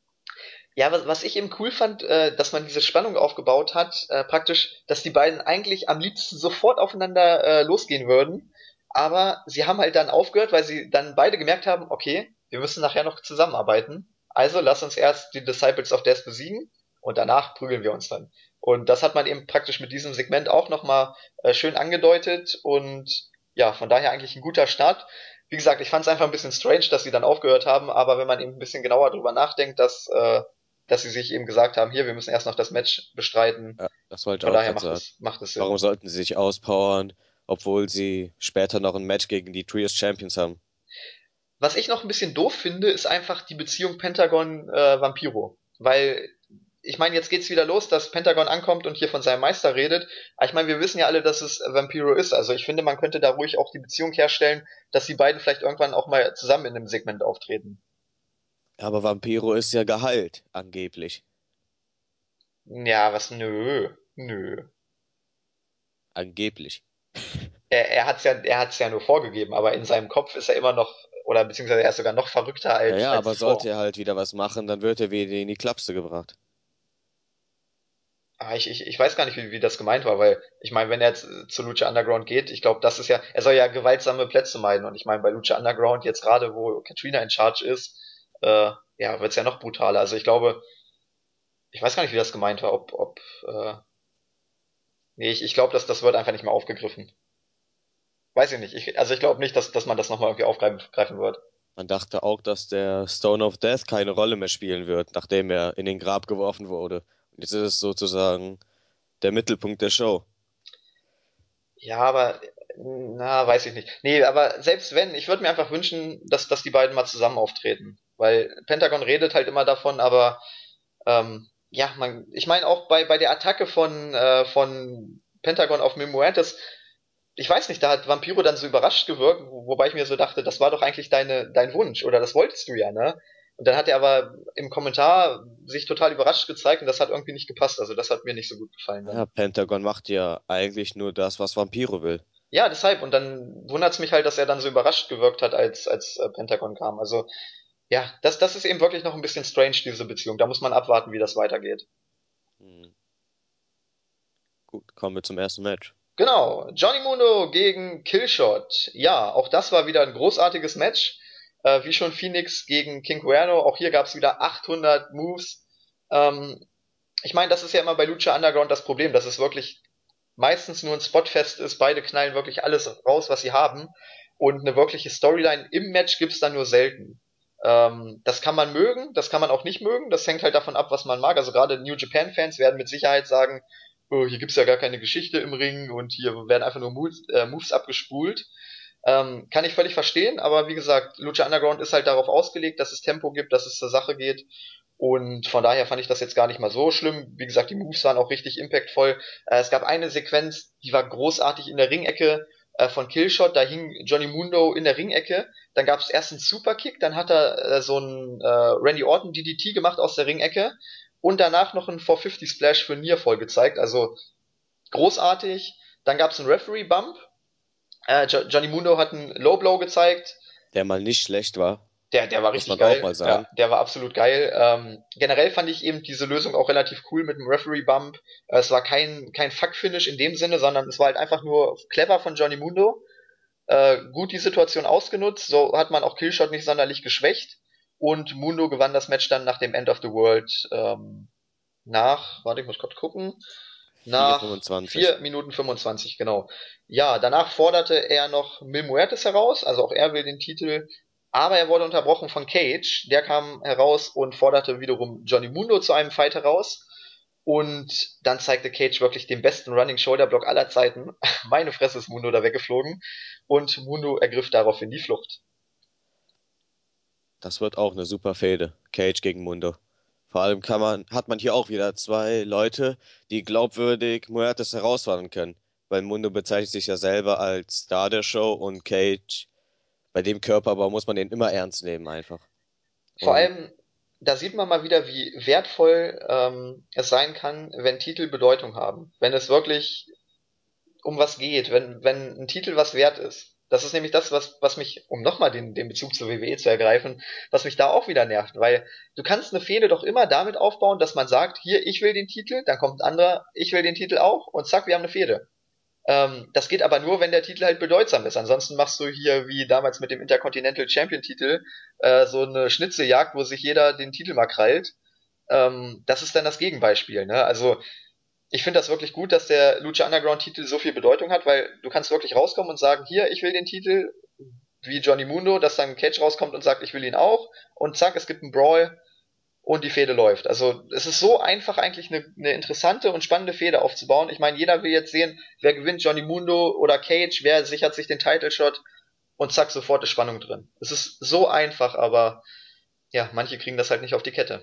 Ja, was, was ich eben cool fand, äh, dass man diese Spannung aufgebaut hat, äh, praktisch, dass die beiden eigentlich am liebsten sofort aufeinander äh, losgehen würden, aber sie haben halt dann aufgehört, weil sie dann beide gemerkt haben, okay, wir müssen nachher noch zusammenarbeiten, also lass uns erst die Disciples of Death besiegen und danach prügeln wir uns dann. Und das hat man eben praktisch mit diesem Segment auch nochmal äh, schön angedeutet und ja, von daher eigentlich ein guter Start. Wie gesagt, ich fand es einfach ein bisschen strange, dass sie dann aufgehört haben, aber wenn man eben ein bisschen genauer drüber nachdenkt, dass äh, dass sie sich eben gesagt haben, hier, wir müssen erst noch das Match bestreiten. Ja, das wollte ich Von auch daher gerade macht sagen. es, macht es Warum Sinn. sollten sie sich auspowern, obwohl sie später noch ein Match gegen die Trios Champions haben? Was ich noch ein bisschen doof finde, ist einfach die Beziehung Pentagon-Vampiro. Weil, ich meine, jetzt geht's wieder los, dass Pentagon ankommt und hier von seinem Meister redet. Aber ich meine, wir wissen ja alle, dass es Vampiro ist. Also ich finde, man könnte da ruhig auch die Beziehung herstellen, dass die beiden vielleicht irgendwann auch mal zusammen in einem Segment auftreten. Aber Vampiro ist ja geheilt, angeblich. Ja, was? Nö. Nö. Angeblich. Er, er hat's ja, er hat's ja nur vorgegeben, aber in seinem Kopf ist er immer noch, oder beziehungsweise er ist sogar noch verrückter Ja, als, ja, als aber sollte zuvor. er halt wieder was machen, dann wird er wieder in die Klapse gebracht. Ah, ich, ich, ich weiß gar nicht, wie, wie das gemeint war, weil ich meine, wenn er jetzt äh, zu Lucha Underground geht, ich glaube, das ist ja, er soll ja gewaltsame Plätze meiden und ich meine, bei Lucha Underground jetzt gerade, wo Katrina in Charge ist, äh, ja, wird's ja noch brutaler. Also ich glaube, ich weiß gar nicht, wie das gemeint war, ob, ob, äh, nee, ich, ich glaube, dass das wird einfach nicht mehr aufgegriffen. Weiß ich nicht. Ich, also ich glaube nicht, dass, dass man das nochmal irgendwie aufgreifen greifen wird. Man dachte auch, dass der Stone of Death keine Rolle mehr spielen wird, nachdem er in den Grab geworfen wurde. Und jetzt ist es sozusagen der Mittelpunkt der Show. Ja, aber na, weiß ich nicht. Nee, aber selbst wenn, ich würde mir einfach wünschen, dass, dass die beiden mal zusammen auftreten. Weil Pentagon redet halt immer davon, aber ähm, ja, man, ich meine auch bei, bei der Attacke von, äh, von Pentagon auf Mil Muertes, ich weiß nicht, da hat Vampiro dann so überrascht gewirkt, wo- wobei ich mir so dachte, das war doch eigentlich deine, dein Wunsch oder das wolltest du ja, ne? Und dann hat er aber im Kommentar sich total überrascht gezeigt und das hat irgendwie nicht gepasst. Also das hat mir nicht so gut gefallen Ja, dann. Pentagon macht ja eigentlich nur das, was Vampiro will. Ja, deshalb. Und dann wundert's mich halt, dass er dann so überrascht gewirkt hat, als, als äh, Pentagon kam. Also, ja, das, das ist eben wirklich noch ein bisschen strange, diese Beziehung. Da muss man abwarten, wie das weitergeht. Hm, gut, kommen wir zum ersten Match. Genau, Johnny Mundo gegen Killshot. Ja, auch das war wieder ein großartiges Match. Äh, wie schon Phoenix gegen King Cuerno. Auch hier gab's wieder achthundert Moves. Ähm, ich meine, das ist ja immer bei Lucha Underground das Problem, dass es wirklich meistens nur ein Spotfest ist. Beide knallen wirklich alles raus, was sie haben. Und eine wirkliche Storyline im Match gibt's dann nur selten. Ähm, das kann man mögen, das kann man auch nicht mögen. Das hängt halt davon ab, was man mag. Also gerade New Japan-Fans werden mit Sicherheit sagen, oh, hier gibt's ja gar keine Geschichte im Ring und hier werden einfach nur Moves, äh, Moves abgespult. Ähm, kann ich völlig verstehen, aber wie gesagt, Lucha Underground ist halt darauf ausgelegt, dass es Tempo gibt, dass es zur Sache geht. Und von daher fand ich das jetzt gar nicht mal so schlimm. Wie gesagt, die Moves waren auch richtig impactvoll. Äh, es gab eine Sequenz, die war großartig in der Ringecke äh, von Killshot. Da hing Johnny Mundo in der Ringecke. Dann gab es erst einen Superkick, dann hat er äh, so einen äh, Randy Orton D D T gemacht aus der Ringecke und danach noch einen vierhundertfünfzig Splash für Nearfall gezeigt. Also großartig. Dann gab es einen Referee Bump. Äh, jo Johnny Mundo hat einen Low Blow gezeigt. Der mal nicht schlecht war, Der, der war muss richtig man auch geil. mal Ja, sagen. der war absolut geil. Ähm, generell fand ich eben diese Lösung auch relativ cool mit dem Referee Bump. Äh, es war kein, kein Fuck-Finish in dem Sinne, sondern es war halt einfach nur clever von Johnny Mundo. Äh, gut die Situation ausgenutzt. So hat man auch Killshot nicht sonderlich geschwächt. Und Mundo gewann das Match dann nach dem End of the World ähm, nach, warte, ich muss kurz gucken, nach vier fünfundzwanzig. vier Minuten fünfundzwanzig, genau. Ja, danach forderte er noch Mil Muertes heraus, also auch er will den Titel, aber er wurde unterbrochen von Cage. Der kam heraus und forderte wiederum Johnny Mundo zu einem Fight heraus. Und dann zeigte Cage wirklich den besten Running Shoulder Block aller Zeiten. Meine Fresse ist Mundo da weggeflogen. Und Mundo ergriff daraufhin die Flucht. Das wird auch eine super Fehde. Cage gegen Mundo. Vor allem kann man, hat man hier auch wieder zwei Leute, die glaubwürdig Muertes herausfordern können. Weil Mundo bezeichnet sich ja selber als Star der Show und Cage, bei dem Körperbau muss man den immer ernst nehmen einfach. Vor Und allem, da sieht man mal wieder, wie wertvoll ähm, es sein kann, wenn Titel Bedeutung haben. Wenn es wirklich um was geht, wenn, wenn ein Titel was wert ist. Das ist nämlich das, was, was mich, um nochmal den, den Bezug zur W W E zu ergreifen, was mich da auch wieder nervt, weil du kannst eine Fehde doch immer damit aufbauen, dass man sagt, hier, ich will den Titel, dann kommt ein anderer, ich will den Titel auch und zack, wir haben eine Fehde. Ähm, das geht aber nur, wenn der Titel halt bedeutsam ist. Ansonsten machst du hier wie damals mit dem Intercontinental Champion Titel äh, so eine Schnitzeljagd, wo sich jeder den Titel mal krallt. Ähm, das ist dann das Gegenbeispiel. Ne? Also ich finde das wirklich gut, dass der Lucha Underground Titel so viel Bedeutung hat, weil du kannst wirklich rauskommen und sagen, hier, ich will den Titel, wie Johnny Mundo, dass dann Cage rauskommt und sagt, ich will ihn auch und zack, es gibt einen Brawl und die Fehde läuft. Also es ist so einfach eigentlich eine, eine interessante und spannende Fehde aufzubauen. Ich meine, jeder will jetzt sehen, wer gewinnt, Johnny Mundo oder Cage, wer sichert sich den Title Shot und zack, sofort ist Spannung drin. Es ist so einfach, aber ja, manche kriegen das halt nicht auf die Kette.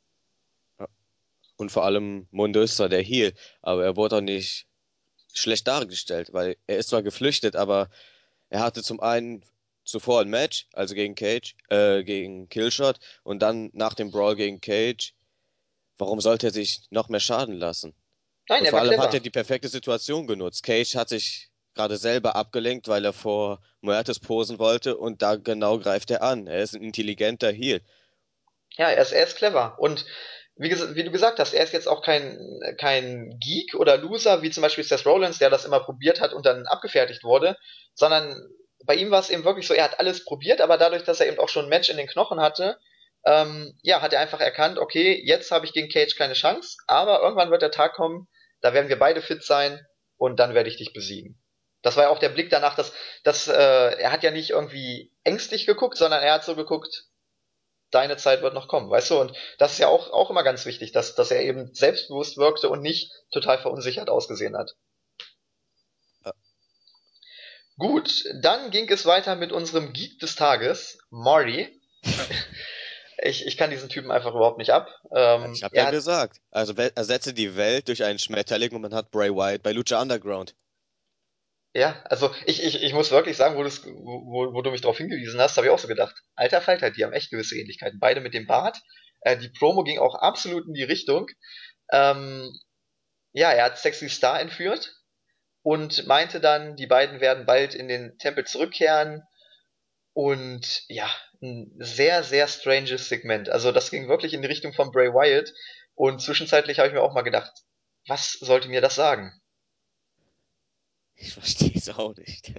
Und vor allem Mundo ist zwar der Heel, aber er wurde auch nicht schlecht dargestellt, weil er ist zwar geflüchtet, aber er hatte zum einen zuvor ein Match, also gegen Cage, äh, gegen Killshot und dann nach dem Brawl gegen Cage. Warum sollte er sich noch mehr schaden lassen? Nein, Und er vor war allem hat clever. er die perfekte Situation genutzt. Cage hat sich gerade selber abgelenkt, weil er vor Muertes posen wollte und da genau greift er an. Er ist ein intelligenter Heel. Ja, er ist, er ist clever. Und wie, ges wie du gesagt hast, er ist jetzt auch kein, kein Geek oder Loser, wie zum Beispiel Seth Rollins, der das immer probiert hat und dann abgefertigt wurde, sondern bei ihm war es eben wirklich so, er hat alles probiert, aber dadurch, dass er eben auch schon ein Match in den Knochen hatte, ähm, ja, hat er einfach erkannt, okay, jetzt habe ich gegen Cage keine Chance, aber irgendwann wird der Tag kommen, da werden wir beide fit sein und dann werde ich dich besiegen. Das war ja auch der Blick danach, dass, dass äh, er hat ja nicht irgendwie ängstlich geguckt, sondern er hat so geguckt, deine Zeit wird noch kommen, weißt du? Und das ist ja auch, auch immer ganz wichtig, dass, dass er eben selbstbewusst wirkte und nicht total verunsichert ausgesehen hat. Äh, Gut, dann ging es weiter mit unserem Geek des Tages, Marty. Ich, ich kann diesen Typen einfach überhaupt nicht ab. Ich Ähm, hab er ja hat, gesagt. Also we- ersetze die Welt durch einen Schmetterling und man hat Bray Wyatt bei Lucha Underground. ja, also ich, ich, ich muss wirklich sagen, wo, du's, wo, wo du mich darauf hingewiesen hast, habe ich auch so gedacht. Alter Falter, die haben echt gewisse Ähnlichkeiten. Beide mit dem Bart. Äh, die Promo ging auch absolut in die Richtung. Ähm, ja, er hat Sexy Star entführt und meinte dann, die beiden werden bald in den Tempel zurückkehren. Und ja, ein sehr, sehr stranges Segment. Also das ging wirklich in die Richtung von Bray Wyatt. Und zwischenzeitlich habe ich mir auch mal gedacht, was sollte mir das sagen? Ich verstehe es auch nicht.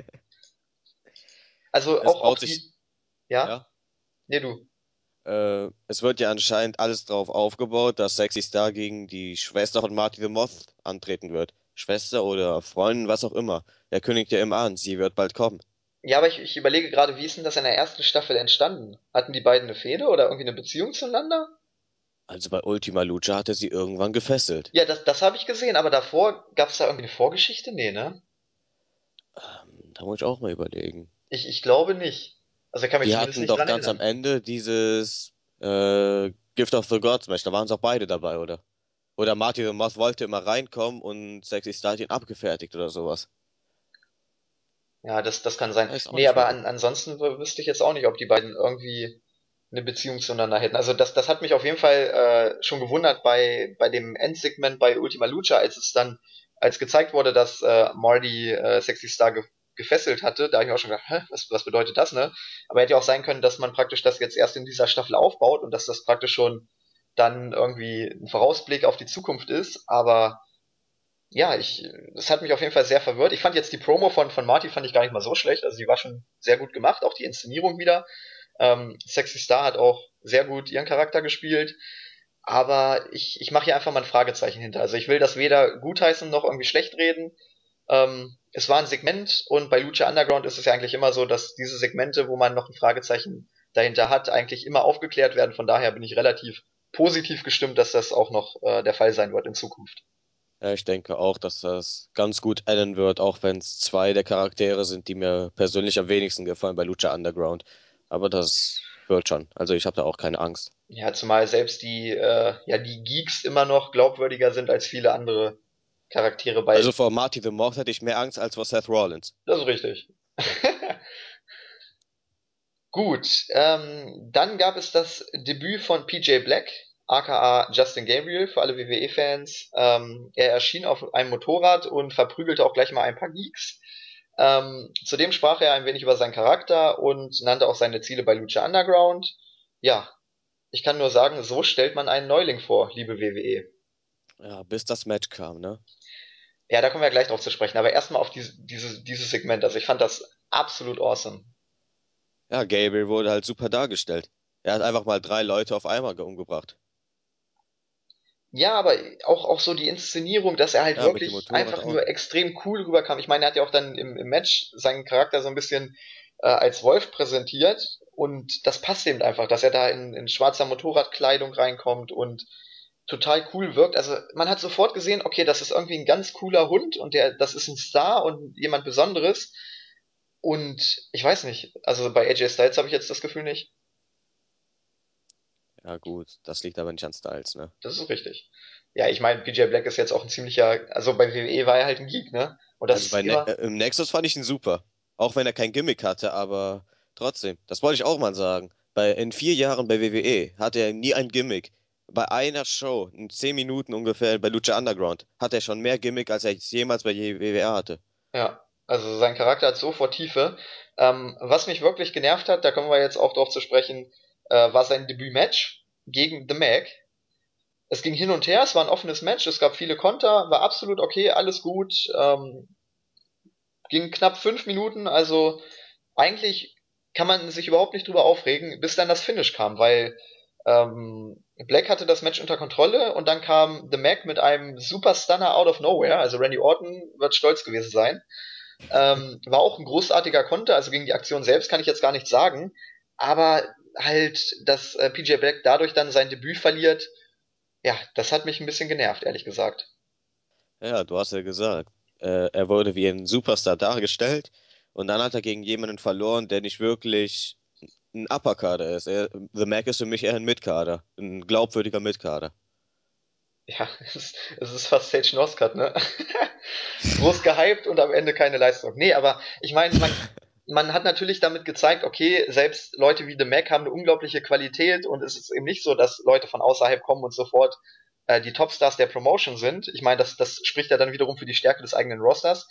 Also Es auch, auch baut sich, die, ja? ja, Nee, du. äh, es wird ja anscheinend alles darauf aufgebaut, dass Sexy Star gegen die Schwester von Marty the Moth antreten wird. Schwester oder Freundin, was auch immer. Er kündigt ja immer an, sie wird bald kommen. Ja, aber ich, ich überlege gerade, wie ist denn das in der ersten Staffel entstanden? Hatten die beiden eine Fehde oder irgendwie eine Beziehung zueinander? Also bei Ultima Lucha hat er sie irgendwann gefesselt. Ja, das, das habe ich gesehen, aber davor gab es da irgendwie eine Vorgeschichte? Nee, ne? Ähm, da muss ich auch mal überlegen. Ich, ich glaube nicht. Also ich kann mich Die zumindest hatten nicht doch dran ganz am erinnern. Ende dieses äh, Gift of the Gods Match, da waren sie auch beide dabei, oder? Oder Marty the Moth wollte immer reinkommen und Sexy Star hat ihn abgefertigt oder sowas. Ja, das, das kann Ich sein. weiß auch Nee, nicht aber mehr. an, ansonsten w- wüsste ich jetzt auch nicht, ob die beiden irgendwie eine Beziehung zueinander hätten. Also das, das hat mich auf jeden Fall äh, schon gewundert bei, bei dem Endsegment bei Ultima Lucha, als es dann, als gezeigt wurde, dass äh, Marty äh, Sexy Star ge gefesselt hatte. Da habe ich mir auch schon gedacht, hä, was, was bedeutet das, ne? Aber hätte ja auch sein können, dass man praktisch das jetzt erst in dieser Staffel aufbaut und dass das praktisch schon dann irgendwie ein Vorausblick auf die Zukunft ist. Aber ja, ich, das hat mich auf jeden Fall sehr verwirrt. Ich fand jetzt die Promo von, von Marty fand ich gar nicht mal so schlecht. Also die war schon sehr gut gemacht, auch die Inszenierung wieder. Ähm, Sexy Star hat auch sehr gut ihren Charakter gespielt. Aber ich, ich mache hier einfach mal ein Fragezeichen hinter. Also ich will das weder gutheißen noch irgendwie schlecht reden. Ähm, es war ein Segment und bei Lucha Underground ist es ja eigentlich immer so, dass diese Segmente, wo man noch ein Fragezeichen dahinter hat, eigentlich immer aufgeklärt werden. Von daher bin ich relativ positiv gestimmt, dass das auch noch äh, der Fall sein wird in Zukunft. Ja, ich denke auch, dass das ganz gut enden wird, auch wenn es zwei der Charaktere sind, die mir persönlich am wenigsten gefallen bei Lucha Underground. Aber das wird schon. Also ich habe da auch keine Angst. Ja, zumal selbst die, äh, ja, die Geeks immer noch glaubwürdiger sind als viele andere Charaktere Also bei. vor Marty the Moth hätte ich mehr Angst als vor Seth Rollins. Das ist richtig. Gut, ähm, dann gab es das Debüt von P J Black, aka Justin Gabriel, für alle W W E-Fans. Ähm, er erschien auf einem Motorrad und verprügelte auch gleich mal ein paar Geeks. Ähm, zudem sprach er ein wenig über seinen Charakter und nannte auch seine Ziele bei Lucha Underground. Ja, ich kann nur sagen, so stellt man einen Neuling vor, liebe W W E. Ja, bis das Match kam, ne? Ja, da kommen wir ja gleich drauf zu sprechen, aber erstmal auf diese, diese, dieses Segment. Also ich fand das absolut awesome. Ja, Gabriel wurde halt super dargestellt. Er hat einfach mal drei Leute auf einmal ge- umgebracht. Ja, aber auch, auch so die Inszenierung, dass er halt Ja, mit dem wirklich Motorrad einfach auch nur noch. extrem cool rüberkam. Ich meine, er hat ja auch dann im, im Match seinen Charakter so ein bisschen äh, als Wolf präsentiert und das passt eben einfach, dass er da in, in schwarzer Motorradkleidung reinkommt und total cool wirkt. Also man hat sofort gesehen, okay, das ist irgendwie ein ganz cooler Hund und der, das ist ein Star und jemand Besonderes. Und ich weiß nicht, also bei A J Styles habe ich jetzt das Gefühl nicht. Ja, gut, das liegt aber nicht an Styles, ne? Das ist richtig. Ja, ich meine, P J Black ist jetzt auch ein ziemlicher, also bei W W E war er halt ein Geek, ne? Und das Also ist bei ne immer, äh, im Nexus fand ich ihn super. Auch wenn er kein Gimmick hatte, aber trotzdem, das wollte ich auch mal sagen. Bei, in vier Jahren bei W W E hatte er nie ein Gimmick. Bei einer Show, in zehn Minuten ungefähr bei Lucha Underground, hat er schon mehr Gimmick, als er jemals bei W W E hatte. ja, also sein Charakter hat sofort Tiefe. Ähm, was mich wirklich genervt hat, da kommen wir jetzt auch drauf zu sprechen, äh, war sein Debütmatch gegen The Mac. Es ging hin und her, es war ein offenes Match, es gab viele Konter, war absolut okay, alles gut. Ähm, ging knapp fünf Minuten, also eigentlich kann man sich überhaupt nicht drüber aufregen, bis dann das Finish kam, weil ähm, Black hatte das Match unter Kontrolle und dann kam The Mac mit einem Super Stunner out of nowhere, also Randy Orton wird stolz gewesen sein. Ähm, war auch ein großartiger Konter, also gegen die Aktion selbst kann ich jetzt gar nichts sagen, aber halt, dass äh, P J Black dadurch dann sein Debüt verliert, ja, das hat mich ein bisschen genervt, ehrlich gesagt. Ja, du hast ja gesagt, äh, er wurde wie ein Superstar dargestellt und dann hat er gegen jemanden verloren, der nicht wirklich ein Upper-Kader ist. Er, The Mac ist für mich eher ein Mid-Kader, ein glaubwürdiger Mid-Kader. Ja, es ist, es ist fast Sage Northcutt, ne? Groß gehypt und am Ende keine Leistung. Nee, aber ich meine, man, man hat natürlich damit gezeigt, okay, selbst Leute wie The Mac haben eine unglaubliche Qualität und es ist eben nicht so, dass Leute von außerhalb kommen und sofort äh, die Topstars der Promotion sind. Ich meine, das, das spricht ja dann wiederum für die Stärke des eigenen Rosters.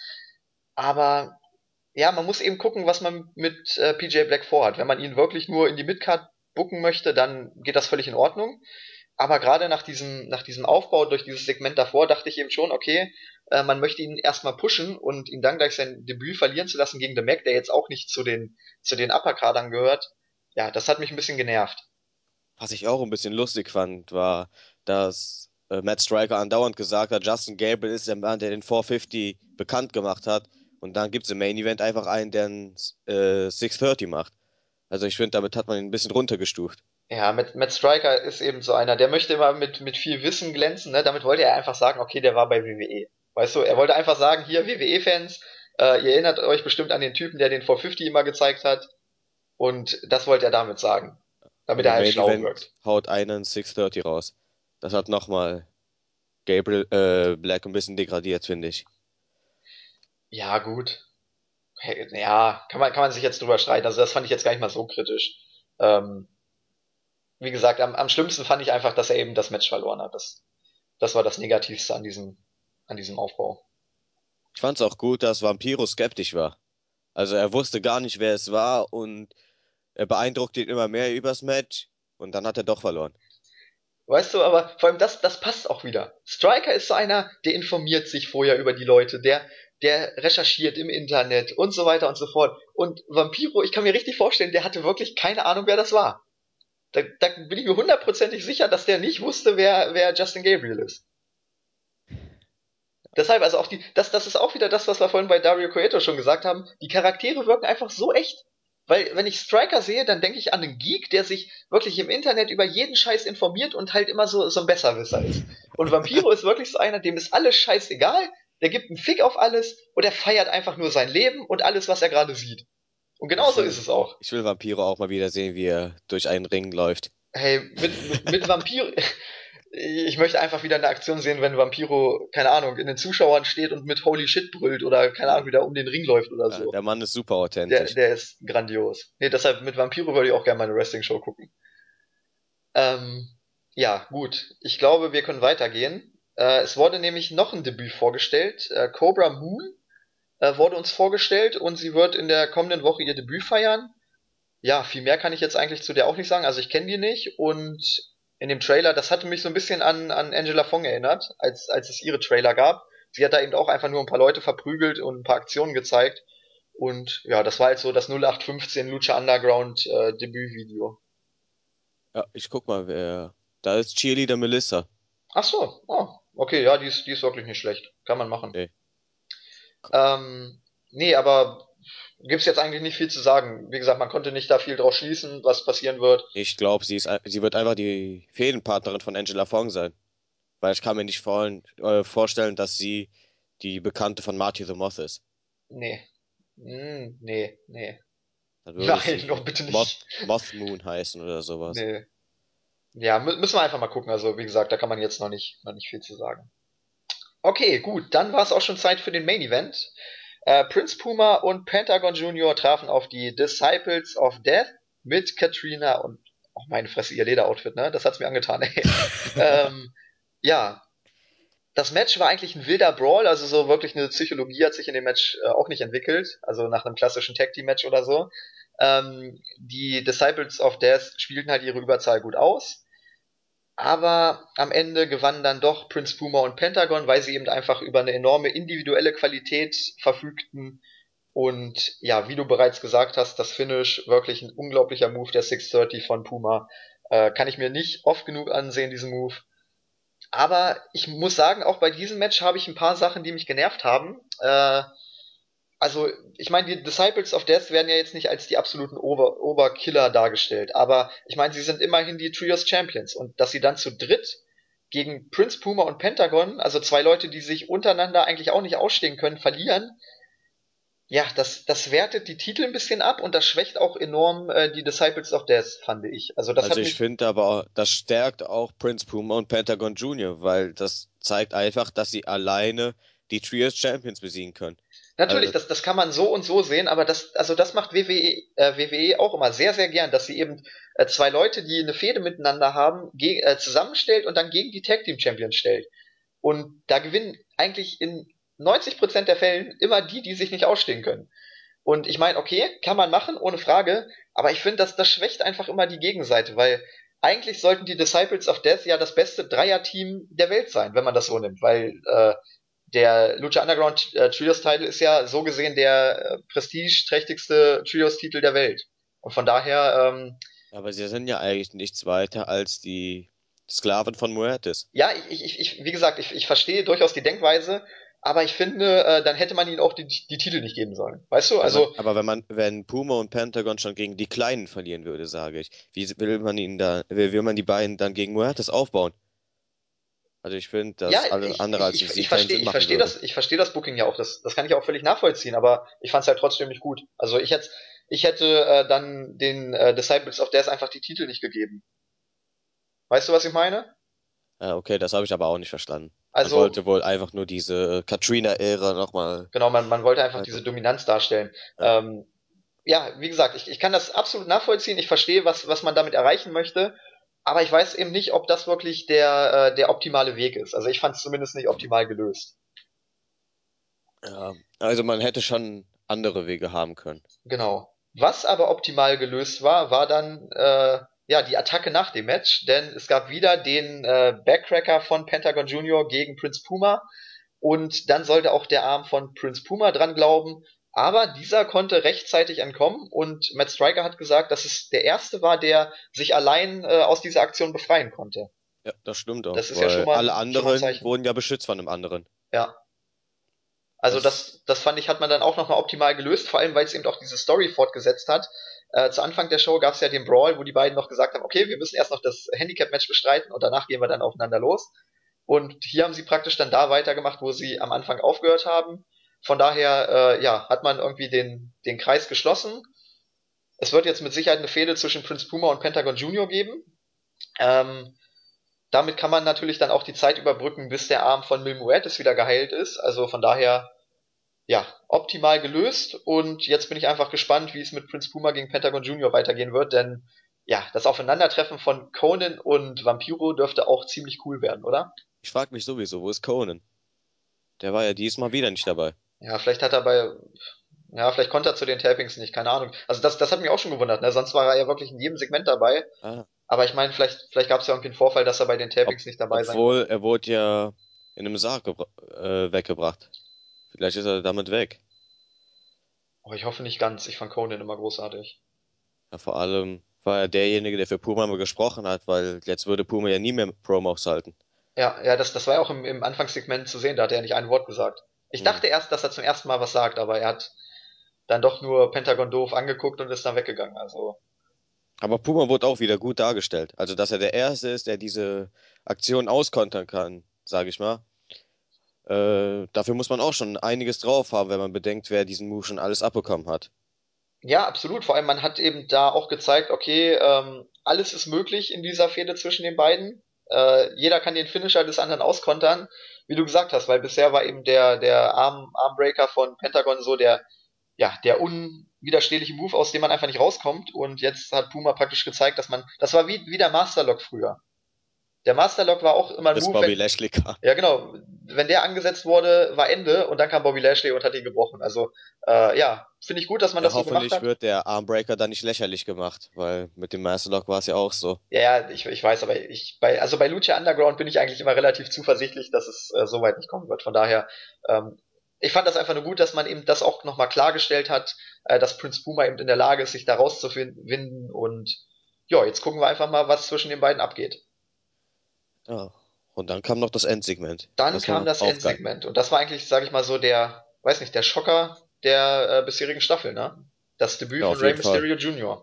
Aber ja, man muss eben gucken, was man mit äh, P J Black vorhat. Wenn man ihn wirklich nur in die Midcard booken möchte, dann geht das völlig in Ordnung. Aber gerade nach diesem, nach diesem Aufbau durch dieses Segment davor dachte ich eben schon, okay, äh, man möchte ihn erstmal pushen und ihn dann gleich sein Debüt verlieren zu lassen gegen The Mac, der jetzt auch nicht zu den, zu den Upper-Kadern gehört. Ja, das hat mich ein bisschen genervt. Was ich auch ein bisschen lustig fand, war, dass äh, Matt Striker andauernd gesagt hat, Justin Gabriel ist der Mann, der den vierhundertfünfzig bekannt gemacht hat. Und dann gibt es im Main Event einfach einen, der einen äh, sechshundertdreißig macht. Also ich finde, damit hat man ihn ein bisschen runtergestuft. Ja, Matt, Matt Striker ist eben so einer, der möchte immer mit, mit viel Wissen glänzen, ne? Damit wollte er einfach sagen, okay, der war bei W W E. Weißt du, er wollte einfach sagen, hier W W E-Fans, äh, ihr erinnert euch bestimmt an den Typen, der den vierhundertfünfzig immer gezeigt hat. Und das wollte er damit sagen. Damit Und er im halt Main schlau Event wirkt. haut einen sechshundertdreißig raus. Das hat nochmal Gabriel äh, Black ein bisschen degradiert, finde ich. Ja, gut. Hey, ja, kann man, kann man sich jetzt drüber streiten. Also das fand ich jetzt gar nicht mal so kritisch. Ähm, wie gesagt, am, am schlimmsten fand ich einfach, dass er eben das Match verloren hat. Das, das war das Negativste an diesem, an diesem Aufbau. Ich fand es auch gut, dass Vampiro skeptisch war. Also er wusste gar nicht, wer es war und er beeindruckt ihn immer mehr übers Match und dann hat er doch verloren. Weißt du, aber vor allem das, das passt auch wieder. Striker ist so einer, der informiert sich vorher über die Leute, der, der recherchiert im Internet und so weiter und so fort. Und Vampiro, ich kann mir richtig vorstellen, der hatte wirklich keine Ahnung, wer das war. Da, da bin ich mir hundertprozentig sicher, dass der nicht wusste, wer, wer Justin Gabriel ist. Deshalb, also auch die, das, das ist auch wieder das, was wir vorhin bei Dario Cueto schon gesagt haben. Die Charaktere wirken einfach so echt. Weil, wenn ich Striker sehe, dann denke ich an einen Geek, der sich wirklich im Internet über jeden Scheiß informiert und halt immer so, so ein Besserwisser ist. Und Vampiro ist wirklich so einer, dem ist alles scheißegal, der gibt einen Fick auf alles und er feiert einfach nur sein Leben und alles, was er gerade sieht. Und Ich genauso ist will, es auch. ich will Vampiro auch mal wieder sehen, wie er durch einen Ring läuft. Hey, mit, mit, mit Vampir, ich möchte einfach wieder eine Aktion sehen, wenn Vampiro, keine Ahnung, in den Zuschauern steht und mit Holy Shit brüllt oder, keine Ahnung, Hm. wieder um den Ring läuft oder Ja, so. der Mann ist super Der, authentisch. der ist grandios. Nee, deshalb mit Vampiro würde ich auch gerne mal eine Wrestling-Show gucken. Ähm, ja, gut. Ich glaube, wir können weitergehen. Äh, es wurde nämlich noch ein Debüt vorgestellt. Äh, Cobra Moon äh, wurde uns vorgestellt und sie wird in der kommenden Woche ihr Debüt feiern. Ja, viel mehr kann ich jetzt eigentlich zu der auch nicht sagen. Also ich kenne die nicht und in dem Trailer, das hatte mich so ein bisschen an, an Angela Fong erinnert, als, als es ihre Trailer gab. Sie hat da eben auch einfach nur ein paar Leute verprügelt und ein paar Aktionen gezeigt. Und ja, das war halt so das null acht fünfzehn Lucha Underground äh, Debütvideo. Ja, ich guck mal, wer. Da ist Cheerleader Melissa. Ach so, oh, okay, ja, die ist, die ist wirklich nicht schlecht. Kann man machen. Nee. Ähm, nee, aber gibt's jetzt eigentlich nicht viel zu sagen. Wie gesagt, man konnte nicht da viel draus schließen, was passieren wird. Ich glaube, sie ist, ein- sie wird einfach die Fädenpartnerin von Angela Fong sein. Weil ich kann mir nicht vor, äh, vorstellen, dass sie die Bekannte von Marty the Moth ist. Nee. Hm, nee, nee. Dann würde Nein, sie doch bitte Moth, nicht. Moth Moon heißen oder sowas. Nee. Ja, mü müssen wir einfach mal gucken. Also, wie gesagt, da kann man jetzt noch nicht, noch nicht viel zu sagen. Okay, gut, dann war es auch schon Zeit für den Main Event. Äh, Prince Puma und Pentagon Junior trafen auf die Disciples of Death mit Katrina und, oh meine Fresse, ihr Lederoutfit, ne? Das hat's mir angetan, ey. ähm, ja, das Match war eigentlich ein wilder Brawl, also so wirklich eine Psychologie hat sich in dem Match äh, auch nicht entwickelt, also nach einem klassischen Tag Team Match oder so. Ähm, die Disciples of Death spielten halt ihre Überzahl gut aus. Aber am Ende gewannen dann doch Prince Puma und Pentagon, weil sie eben einfach über eine enorme individuelle Qualität verfügten. Und ja, wie du bereits gesagt hast, das Finish, wirklich ein unglaublicher Move der sechs dreißig von Puma. Äh, kann ich mir nicht oft genug ansehen, diesen Move. Aber ich muss sagen, auch bei diesem Match habe ich ein paar Sachen, die mich genervt haben. Äh, also, ich meine, die Disciples of Death werden ja jetzt nicht als die absoluten Ober Oberkiller dargestellt, aber ich meine, sie sind immerhin die Trios Champions und dass sie dann zu dritt gegen Prince Puma und Pentagon, also zwei Leute, die sich untereinander eigentlich auch nicht ausstehen können, verlieren, ja, das, das wertet die Titel ein bisschen ab und das schwächt auch enorm äh, die Disciples of Death, fand ich. Also das Also hat ich mich. finde aber, auch, das stärkt auch Prince Puma und Pentagon Junior, weil das zeigt einfach, dass sie alleine die Trios Champions besiegen können. Natürlich, Also, das, das kann man so und so sehen, aber das, also das macht W W E, äh, W W E auch immer sehr, sehr gern, dass sie eben äh, zwei Leute, die eine Fehde miteinander haben, ge äh, zusammenstellt und dann gegen die Tag Team Champions stellt. Und da gewinnen eigentlich in neunzig Prozent der Fällen immer die, die sich nicht ausstehen können. Und ich meine, okay, kann man machen, ohne Frage, aber ich finde, dass das schwächt einfach immer die Gegenseite, weil eigentlich sollten die Disciples of Death ja das beste Dreier-Team der Welt sein, wenn man das so nimmt, weil äh, der Lucha Underground äh, Trios Title ist ja so gesehen der äh, prestigeträchtigste Trios Titel der Welt. Und von daher, ähm, aber sie sind ja eigentlich nichts weiter als die Sklaven von Muertes. ja, ich, ich, ich, wie gesagt, ich, ich verstehe durchaus die Denkweise, aber ich finde, äh, dann hätte man ihnen auch die, die Titel nicht geben sollen. Weißt du? Wenn man, Also, aber wenn man, wenn Puma und Pentagon schon gegen die Kleinen verlieren würde, sage ich, wie will man ihnen da, wie will man die beiden dann gegen Muertes aufbauen? Also ich finde, ja, dass alles ich, andere ich, als ein ich, ich Sieg keinen verstehe Sinn ich machen versteh würde. das, ich versteh das Booking ja auch. Das, das kann ich auch völlig nachvollziehen, aber ich fand es halt trotzdem nicht gut. Also ich hätte, ich hätte äh, dann den äh, Disciples of Death einfach die Titel nicht gegeben. Weißt du, was ich meine? Ja, okay, das habe ich aber auch nicht verstanden. Man Also, wollte wohl einfach nur diese Katrina-Ära nochmal genau, man, man wollte einfach diese weiter. Dominanz darstellen. Ja. Ähm, ja, wie gesagt, ich, ich kann das absolut nachvollziehen. Ich verstehe, was, was man damit erreichen möchte. Aber ich weiß eben nicht, ob das wirklich der, äh, der optimale Weg ist. Also ich fand es zumindest nicht optimal gelöst. Ja, also man hätte schon andere Wege haben können. Genau. Was aber optimal gelöst war, war dann äh, ja die Attacke nach dem Match, denn es gab wieder den äh, Backcracker von Pentagon Junior gegen Prince Puma und dann sollte auch der Arm von Prince Puma dran glauben, aber dieser konnte rechtzeitig entkommen und Matt Striker hat gesagt, dass es der erste war, der sich allein äh, aus dieser Aktion befreien konnte. Ja, das stimmt auch, Das ist ja schon weil mal alle ein, schon mal ein anderen Zeichen. wurden ja beschützt von einem anderen. Ja. Also Das, das, das fand ich, hat man dann auch nochmal optimal gelöst, vor allem weil es eben auch diese Story fortgesetzt hat. Äh, zu Anfang der Show gab es ja den Brawl, wo die beiden noch gesagt haben, okay, wir müssen erst noch das Handicap-Match bestreiten und danach gehen wir dann aufeinander los. Und hier haben sie praktisch dann da weitergemacht, wo sie am Anfang aufgehört haben. Von daher, äh, ja, hat man irgendwie den, den Kreis geschlossen. Es wird jetzt mit Sicherheit eine Fehde zwischen Prince Puma und Pentagon Junior geben. Ähm, damit kann man natürlich dann auch die Zeit überbrücken, bis der Arm von Mil Muertes wieder geheilt ist. Also von daher ja, optimal gelöst und jetzt bin ich einfach gespannt, wie es mit Prince Puma gegen Pentagon Junior weitergehen wird, denn ja, das Aufeinandertreffen von Conan und Vampiro dürfte auch ziemlich cool werden, oder? ich frage mich sowieso, wo ist Conan? Der war ja diesmal wieder nicht dabei. Ja, vielleicht hat er bei, ja, vielleicht konnte er zu den Tapings nicht, keine Ahnung. Also das, das hat mich auch schon gewundert, ne? Sonst war er ja wirklich in jedem Segment dabei. Ah, Aber ich meine, vielleicht, vielleicht gab es ja irgendwie einen Vorfall, dass er bei den ob, Tapings nicht dabei sein obwohl konnte. er wurde ja in einem Sarg gebra- äh, weggebracht. Vielleicht ist er damit weg. Aber ich hoffe nicht ganz. Ich fand Conan immer großartig. Ja, vor allem war er derjenige, der für Puma mal gesprochen hat, weil jetzt würde Puma ja nie mehr Promos halten. Ja, ja, das, das war ja auch im, im Anfangssegment zu sehen, da hat er ja nicht ein Wort gesagt. Ich Hm. dachte erst, dass er zum ersten Mal was sagt, aber er hat dann doch nur Pentagon doof angeguckt und ist dann weggegangen. Also, Aber Puma wurde auch wieder gut dargestellt. Also, dass er der Erste ist, der diese Aktion auskontern kann, sage ich mal. Äh, dafür muss man auch schon einiges drauf haben, wenn man bedenkt, wer diesen Move schon alles abbekommen hat. ja, absolut. Vor allem, man hat eben da auch gezeigt, okay, ähm, alles ist möglich in dieser Fehde zwischen den beiden. Äh, jeder kann den Finisher des anderen auskontern, wie du gesagt hast, weil bisher war eben der, der Arm, Armbreaker von Pentagon so der, ja, der unwiderstehliche Move, aus dem man einfach nicht rauskommt. Und jetzt hat Puma praktisch gezeigt, dass man, das war wie, wie der Masterlock früher. Der Masterlock war auch immer ein Bis Move, Bobby wenn, Lashley kam. ja, genau. wenn der angesetzt wurde, war Ende und dann kam Bobby Lashley und hat ihn gebrochen. Also äh, ja, finde ich gut, dass man Ja, das so gemacht hoffentlich hat. wird der Armbreaker dann nicht lächerlich gemacht, weil mit dem Masterlock war es ja auch so. Ja, ja, ich, ich weiß, aber ich bei also bei Lucha Underground bin ich eigentlich immer relativ zuversichtlich, dass es äh, so weit nicht kommen wird. Von daher, ähm, ich fand das einfach nur gut, dass man eben das auch nochmal klargestellt hat, äh, dass Prince Puma eben in der Lage ist, sich da rauszuwinden und ja, jetzt gucken wir einfach mal, was zwischen den beiden abgeht. Ja. Und dann kam noch das Endsegment. Dann Das kam war das auch geil. Endsegment und das war eigentlich, sage ich mal so, der, weiß nicht, der Schocker der äh, bisherigen Staffel, ne? Das Debüt Ja, von auf Rey jeden Fall. Mysterio Junior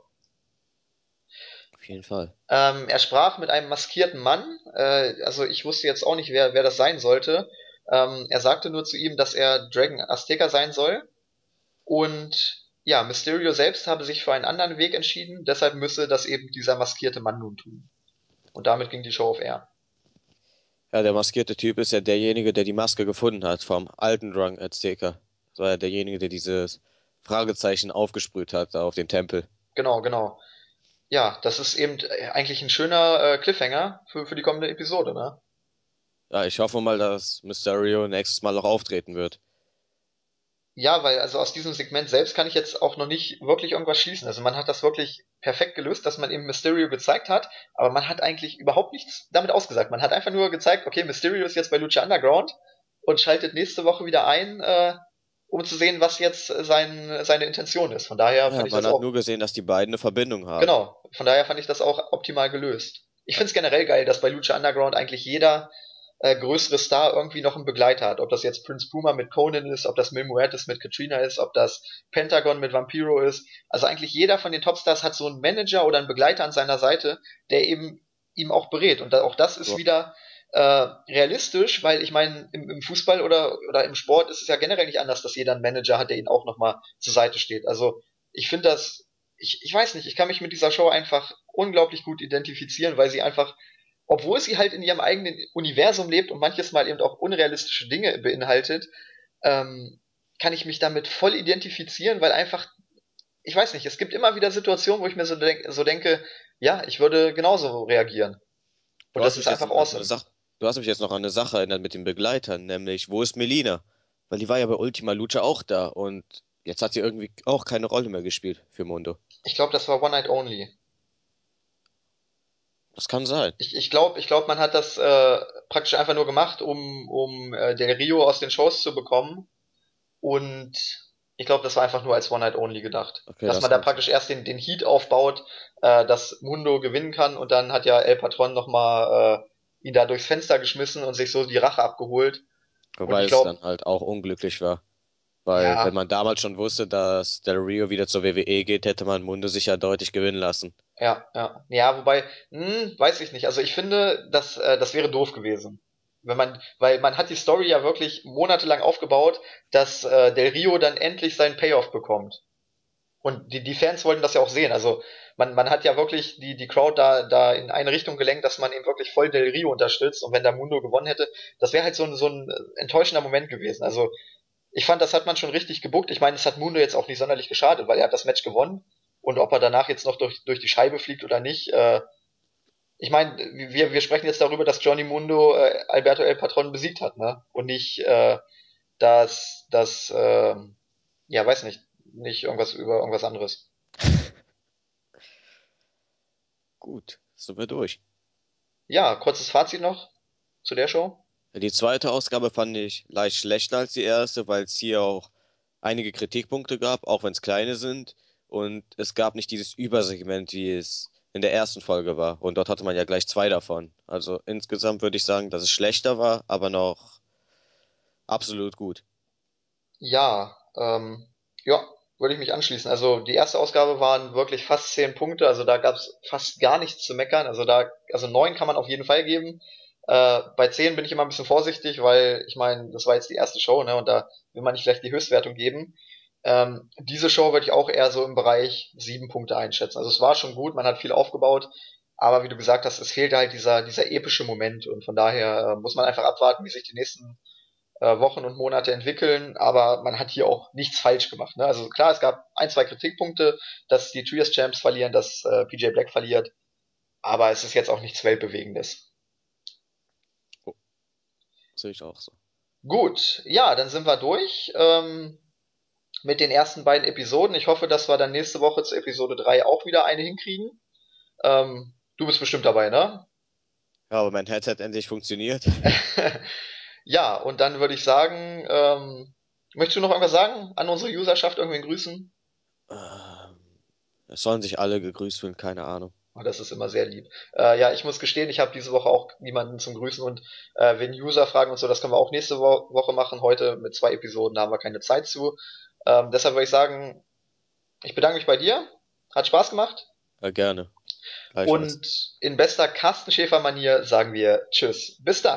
Auf jeden Fall. Ähm, er sprach mit einem maskierten Mann, äh, also ich wusste jetzt auch nicht, wer, wer das sein sollte. Ähm, er sagte nur zu ihm, dass er Dragon Azteca sein soll und ja, Mysterio selbst habe sich für einen anderen Weg entschieden, deshalb müsse das eben dieser maskierte Mann nun tun. Und damit ging die Show auf Air. Ja, der maskierte Typ ist ja derjenige, der die Maske gefunden hat vom alten Drunk Azteca. Das war ja derjenige, der dieses Fragezeichen aufgesprüht hat da auf den Tempel. Genau, genau. Ja, das ist eben äh, eigentlich ein schöner äh, Cliffhanger für, für die kommende Episode, ne? Ja, ich hoffe mal, dass Mysterio nächstes Mal auch auftreten wird. Ja, weil also aus diesem Segment selbst kann ich jetzt auch noch nicht wirklich irgendwas schließen. Also man hat das wirklich perfekt gelöst, dass man eben Mysterio gezeigt hat, aber man hat eigentlich überhaupt nichts damit ausgesagt. Man hat einfach nur gezeigt, okay, Mysterio ist jetzt bei Lucha Underground und schaltet nächste Woche wieder ein, äh, um zu sehen, was jetzt sein, seine Intention ist. Von daher fand Ja, ich man das hat auch, nur gesehen, dass die beiden eine Verbindung haben. genau, von daher fand ich das auch optimal gelöst. Ich Ja, find's generell geil, dass bei Lucha Underground eigentlich jeder äh, größere Star irgendwie noch einen Begleiter hat. Ob das jetzt Prince Puma mit Conan ist, ob das Mil Muertes mit Katrina ist, ob das Pentagon mit Vampiro ist. Also eigentlich jeder von den Topstars hat so einen Manager oder einen Begleiter an seiner Seite, der eben ihm auch berät. Und da, auch das ist so. wieder äh, realistisch, weil ich meine, im, im Fußball oder, oder im Sport ist es ja generell nicht anders, dass jeder einen Manager hat, der ihnen auch nochmal zur Seite steht. Also ich finde das, ich, ich weiß nicht, ich kann mich mit dieser Show einfach unglaublich gut identifizieren, weil sie einfach obwohl sie halt in ihrem eigenen Universum lebt und manches Mal eben auch unrealistische Dinge beinhaltet, ähm, kann ich mich damit voll identifizieren, weil einfach, ich weiß nicht, es gibt immer wieder Situationen, wo ich mir so, denk, so denke, ja, ich würde genauso reagieren. Und Du das hast ist mich jetzt einfach noch an eine awesome. Sache, du hast mich jetzt noch an eine Sache erinnert mit den Begleitern, nämlich wo ist Melina? Weil die war ja bei Ultima Lucha auch da und jetzt hat sie irgendwie auch keine Rolle mehr gespielt für Mundo. Ich glaube, das war One Night Only. Das kann sein. Ich, ich glaube, ich glaub, man hat das äh, praktisch einfach nur gemacht, um, um äh, Del Rio aus den Shows zu bekommen. Und ich glaube, das war einfach nur als One Night Only gedacht. Okay, Dass das man da kann sein. praktisch erst den, den Heat aufbaut, äh, dass Mundo gewinnen kann und dann hat ja El Patron nochmal äh, ihn da durchs Fenster geschmissen und sich so die Rache abgeholt. Und Wobei ich es glaube, dann halt auch unglücklich war. Weil wenn ja, man damals schon wusste, dass Del Rio wieder zur W W E geht, hätte man Mundo sicher deutlich gewinnen lassen. ja, ja. Ja, wobei, hm, weiß ich nicht. Also ich finde, das, äh, das wäre doof gewesen. Wenn man, weil man hat die Story ja wirklich monatelang aufgebaut, dass äh, Del Rio dann endlich seinen Payoff bekommt. Und die, die Fans wollten das ja auch sehen. Also man, man hat ja wirklich die, die Crowd da, da in eine Richtung gelenkt, dass man eben wirklich voll Del Rio unterstützt. Und wenn da Mundo gewonnen hätte, das wäre halt so ein, so ein enttäuschender Moment gewesen. Also ich fand, das hat man schon richtig gebuckt. Ich meine, es hat Mundo jetzt auch nicht sonderlich geschadet, weil er hat das Match gewonnen. Und ob er danach jetzt noch durch, durch die Scheibe fliegt oder nicht, äh, ich meine, wir, wir sprechen jetzt darüber, dass Johnny Mundo äh, Alberto El Patron besiegt hat, ne? Und nicht, äh, dass, dass, äh, ja, weiß nicht, nicht irgendwas über irgendwas anderes. Gut, sind wir durch. Ja, kurzes Fazit noch zu der Show. Die zweite Ausgabe fand ich leicht schlechter als die erste, weil es hier auch einige Kritikpunkte gab, auch wenn es kleine sind. Und es gab nicht dieses Übersegment, wie es in der ersten Folge war. Und dort hatte man ja gleich zwei davon. Also insgesamt würde ich sagen, dass es schlechter war, aber noch absolut gut. Ja, ähm, ja, würde ich mich anschließen. Also die erste Ausgabe waren wirklich fast zehn Punkte, also da gab es fast gar nichts zu meckern. Also da, also neun kann man auf jeden Fall geben. Äh, bei zehn bin ich immer ein bisschen vorsichtig, weil ich meine, das war jetzt die erste Show, ne, und da will man nicht gleich die Höchstwertung geben. Ähm, diese Show würde ich auch eher so im Bereich sieben Punkte einschätzen. Also es war schon gut, man hat viel aufgebaut, aber wie du gesagt hast, es fehlte halt dieser, dieser epische Moment und von daher äh, muss man einfach abwarten, wie sich die nächsten äh, Wochen und Monate entwickeln, aber man hat hier auch nichts falsch gemacht. Ne? Also klar, es gab ein, zwei Kritikpunkte, dass die Trios Champs verlieren, dass äh, P J Black verliert, aber es ist jetzt auch nichts Weltbewegendes. Oh, sehe ich auch so. Gut, ja, dann sind wir durch ähm, mit den ersten beiden Episoden. Ich hoffe, dass wir dann nächste Woche zur Episode drei auch wieder eine hinkriegen. Ähm, du bist bestimmt dabei, ne? Ja, aber mein Headset endlich funktioniert. Ja, und dann würde ich sagen, ähm, möchtest du noch irgendwas sagen an unsere Userschaft, irgendwen grüßen? Ähm, Es sollen sich alle gegrüßt fühlen, keine Ahnung. Oh, das ist immer sehr lieb. Äh, ja, ich muss gestehen, ich habe diese Woche auch niemanden zum Grüßen und äh, wenn User fragen und so, das können wir auch nächste Wo Woche machen. Heute mit zwei Episoden, da haben wir keine Zeit zu. Ähm, deshalb würde ich sagen, ich bedanke mich bei dir. Hat Spaß gemacht. Ja, gerne. Gleichfalls. Und in bester Carsten Schäfer-Manier sagen wir Tschüss. Bis dann.